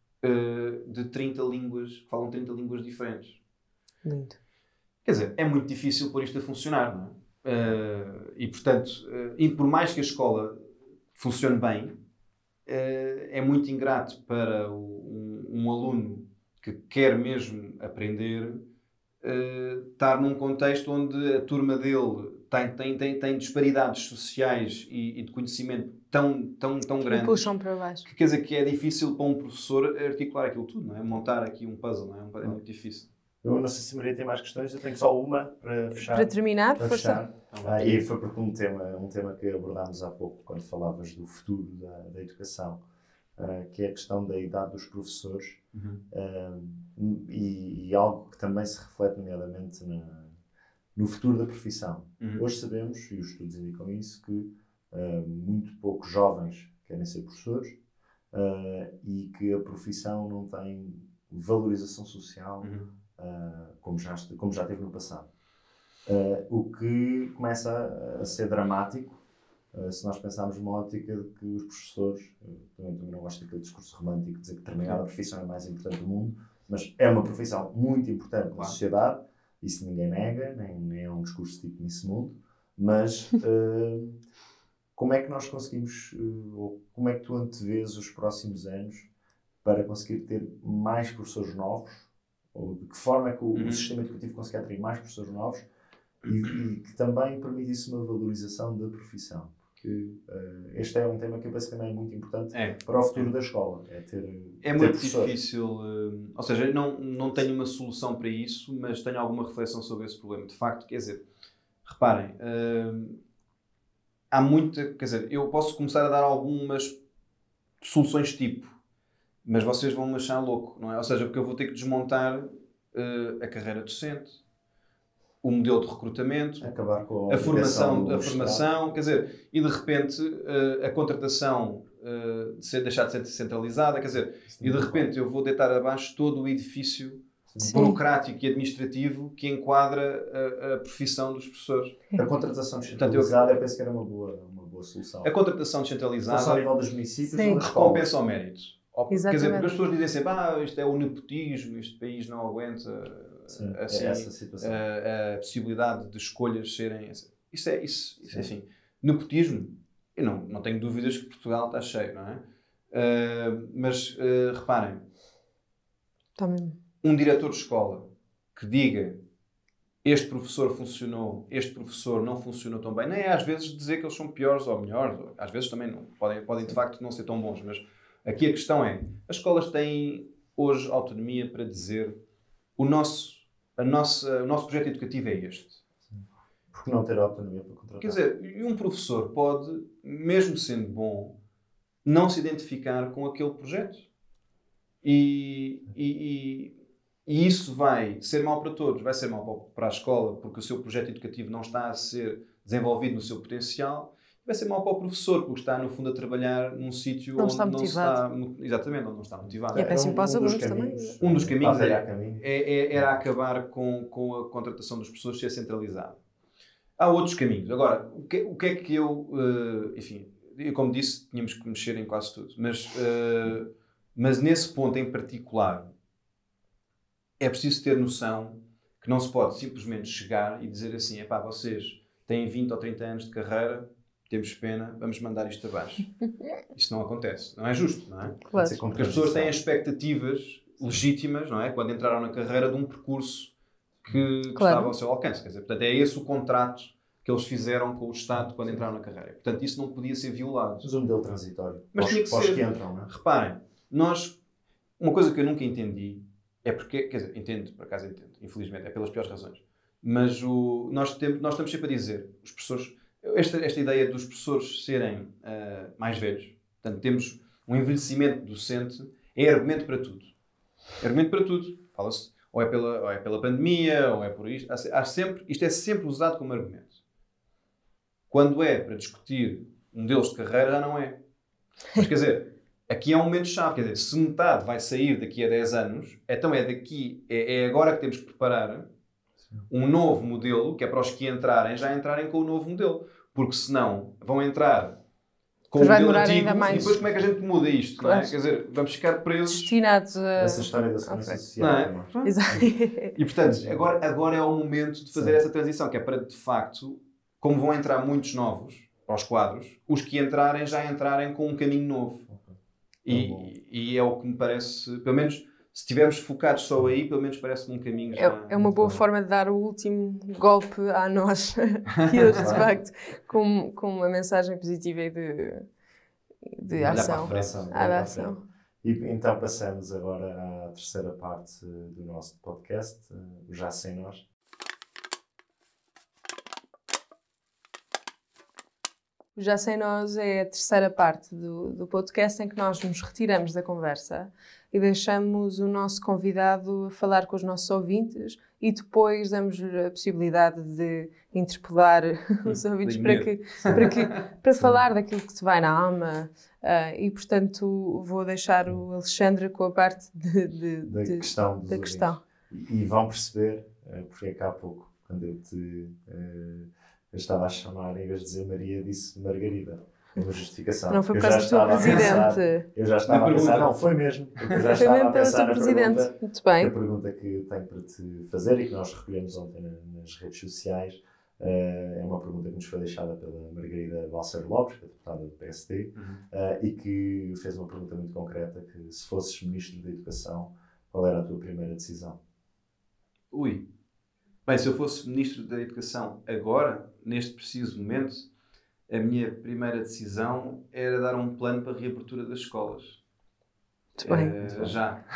uh, de trinta línguas, que falam trinta línguas diferentes. Lindo. Quer dizer, é muito difícil pôr isto a funcionar, não é? Uh, e, portanto, uh, e por mais que a escola funcione bem, uh, é muito ingrato para o, um, um aluno que quer mesmo aprender uh, estar num contexto onde a turma dele Tem, tem, tem, tem disparidades sociais e, e de conhecimento tão, tão, tão grandes. Puxam para baixo. Que quer dizer que é difícil para um professor articular aquilo tudo, não é? Montar aqui um puzzle, não é? É muito difícil. Eu não sei se a Maria tem mais questões, eu tenho só uma para fechar. Para terminar, para força. fechar. Ah, e foi porque um tema, um tema que abordámos há pouco, quando falavas do futuro da, da educação, uh, que é a questão da idade dos professores, uhum. uh, e, e algo que também se reflete nomeadamente na, no futuro da profissão. Uhum. Hoje sabemos, e os estudos indicam isso, que uh, muito poucos jovens querem ser professores uh, e que a profissão não tem valorização social, uhum. uh, como, já, como já teve no passado. Uh, o que começa a, a ser dramático uh, se nós pensarmos numa ótica de que os professores, uh, também, também não gosto daquele discurso romântico de dizer que determinada profissão é a mais importante do mundo, mas é uma profissão muito importante claro. Na sociedade, isso ninguém nega, nem, nem é um discurso tipo nesse mundo, mas uh, como é que nós conseguimos, uh, ou como é que tu antevês os próximos anos para conseguir ter mais professores novos, ou de que forma é que o, uhum. o sistema educativo consegue atrair mais professores novos e, e que também permitisse uma valorização da profissão? Porque uh, este é um tema que eu penso que também é muito importante é. para o futuro é. da escola. É, ter, é ter muito professores. difícil, uh, ou seja, eu não, não tenho uma solução para isso, mas tenho alguma reflexão sobre esse problema. De facto, quer dizer, reparem, uh, há muita, quer dizer, eu posso começar a dar algumas soluções tipo, mas vocês vão me achar louco, não é? Ou seja, porque eu vou ter que desmontar uh, a carreira docente, o modelo de recrutamento, acabar com a, a formação, a formação, quer dizer, e de repente uh, a contratação uh, de ser, deixar de ser centralizada, quer dizer, Sim, e de repente eu vou deitar abaixo todo o edifício Sim. burocrático e administrativo que enquadra a, a profissão dos professores. A contratação descentralizada, eu penso que era uma boa, uma boa solução. A contratação descentralizada Só ao nível dos municípios, Sim. recompensa ao mérito. Exatamente. Quer dizer, porque as pessoas dizem sempre, ah, isto é o nepotismo, este país não aguenta Sim, assim, é essa situação. A, a possibilidade de escolhas serem... Isso é, isso, isso é assim. Nepotismo, eu não, não tenho dúvidas que Portugal está cheio, não é? Uh, mas uh, reparem, Também. um diretor de escola que diga este professor funcionou, este professor não funcionou tão bem, nem é às vezes dizer que eles são piores ou melhores, ou, às vezes também não, podem, podem de facto não ser tão bons, mas aqui a questão é, as escolas têm hoje autonomia para dizer o nosso, a nossa, o nosso projeto educativo é este. Porque não ter autonomia para contratar? Quer dizer, e um professor pode, mesmo sendo bom, não se identificar com aquele projeto. E, e, e isso vai ser mau para todos. Vai ser mau para a escola, porque o seu projeto educativo não está a ser desenvolvido no seu potencial. Vai ser mau para o professor, porque está, no fundo, a trabalhar num sítio onde está não está... Exatamente, onde não está motivado. E é péssimo para os alunos também. Um dos caminhos era, é, era acabar com, com a contratação dos professores ser centralizada. Há outros caminhos. Agora, o que, o que é que eu... Uh, enfim, como disse, tínhamos que mexer em quase tudo. Mas, uh, mas nesse ponto em particular, é preciso ter noção que não se pode simplesmente chegar e dizer assim, epá, vocês têm vinte ou trinta anos de carreira, temos pena, vamos mandar isto abaixo. Isto não acontece. Não é justo, não é? Claro. Porque as pessoas têm expectativas legítimas, não é? Quando entraram na carreira de um percurso que, que claro. estava ao seu alcance. Quer dizer, portanto, é esse o contrato que eles fizeram com o Estado quando entraram na carreira. Portanto, isso não podia ser violado. Mas um modelo transitório. Mas tinha que ser. Que entram, não é? Reparem, nós... Uma coisa que eu nunca entendi é porque... Quer dizer, entendo, por acaso entendo. Infelizmente, é pelas piores razões. Mas o, nós, temos, nós estamos sempre a dizer, os professores... Esta, esta ideia dos professores serem uh, mais velhos, portanto, temos um envelhecimento docente, é argumento para tudo. É argumento para tudo. Fala-se, ou é, pela, ou é pela pandemia, ou é por isto. Há, há sempre, isto é sempre usado como argumento. Quando é para discutir modelos de carreira, já não é. Mas, quer dizer, aqui é um momento-chave. Quer dizer, se metade vai sair daqui a dez anos, então é daqui, é, é agora que temos que preparar um novo modelo, que é para os que entrarem, já entrarem com o novo modelo. Porque senão vão entrar com o modelo antigo e depois como é que a gente muda isto? Claro. Não é? Quer dizer, vamos ficar presos... Destinados a... Essa história da segurança social. Não é? Exato. E portanto, agora, agora é o momento de fazer Sim. essa transição, que é para, de facto, como vão entrar muitos novos para os quadros, os que entrarem já entrarem com um caminho novo. E, tá e é o que me parece, pelo menos... Se estivermos focados só aí, pelo menos parece-me um caminho já... É, é uma boa bom. forma de dar o último golpe a nós, que hoje, de facto, com, com uma mensagem positiva e de, de ação. Ação, à ação. E então passamos agora à terceira parte do nosso podcast, o Já Sem Nós. O Já Sem Nós é a terceira parte do, do podcast em que nós nos retiramos da conversa e deixamos o nosso convidado falar com os nossos ouvintes e depois damos-lhe a possibilidade de interpelar os ouvintes para, que, para, que, para falar daquilo que te vai na alma. Uh, e, portanto, vou deixar o Alexandre com a parte de, de, da de, questão. Da questão. E, e vão perceber, uh, porque é que há pouco, quando eu te... Uh, Eu estava a chamar, em vez de dizer Maria, disse Margarida. Uma justificação. Não foi por causa do teu presidente. Eu já estava a pensar, não, foi mesmo. Porque eu já estava a pensar na presidente. pergunta, Muito bem. a pergunta que tenho para te fazer e que nós recolhemos ontem nas redes sociais. Uh, é uma pergunta que nos foi deixada pela Margarida Balseiro Lopes, que é deputada do P S D, uhum. uh, e que fez uma pergunta muito concreta, que se fosses Ministro da Educação, qual era a tua primeira decisão? Ui. Bem, se eu fosse Ministro da Educação agora, neste preciso momento, a minha primeira decisão era dar um plano para a reabertura das escolas. Muito bem. Uh, Muito bem. Já.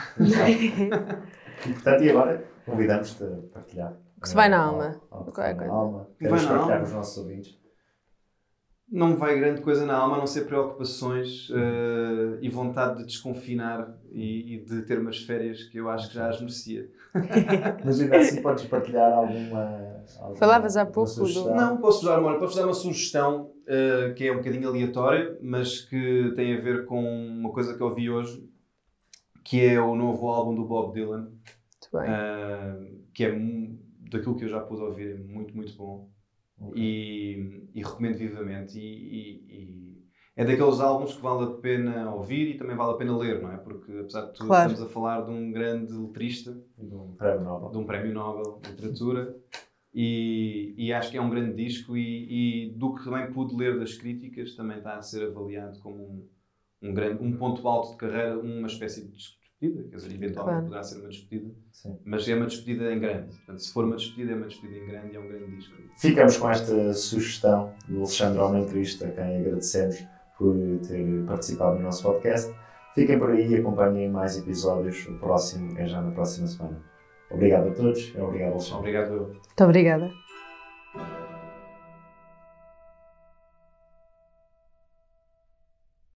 E, portanto, e agora convidamos-te a partilhar. O que se vai na alma. O que se vai na alma. Queres Vai na partilhar alma. com os nossos ouvintes? Não me vai grande coisa na alma, a não ser preocupações uh, e vontade de desconfinar e, e de ter umas férias que eu acho que já as merecia. Mas ainda assim podes partilhar alguma... alguma Falavas há pouco sugestão? do... Não, posso dar uma, posso dar uma sugestão uh, que é um bocadinho aleatória, mas que tem a ver com uma coisa que eu vi hoje, que é o novo álbum do Bob Dylan, Muito bem. uh, que é daquilo que eu já pude ouvir, é muito, muito bom. Okay. E, e recomendo vivamente. E, e, e é daqueles álbuns que vale a pena ouvir e também vale a pena ler, não é? Porque, apesar de tudo, Claro. estamos a falar de um grande letrista, De um prémio Nobel. de um prémio Nobel de literatura, e, e acho que é um grande disco. E, e do que também pude ler das críticas, também está a ser avaliado como um, um, grande, um ponto alto de carreira, uma espécie de despedida. Quer dizer, eventualmente Claro. poderá ser uma despedida, Sim. mas é uma despedida em grande. Portanto, se for uma despedida, é uma despedida em grande e é um grande disco. Ficamos com esta sugestão do Alexandre Homem Cristo, a quem agradecemos por ter participado no nosso podcast. Fiquem por aí e acompanhem mais episódios. O próximo é já na próxima semana. Obrigado a todos e obrigado, Alexandre. Obrigado. Muito obrigada.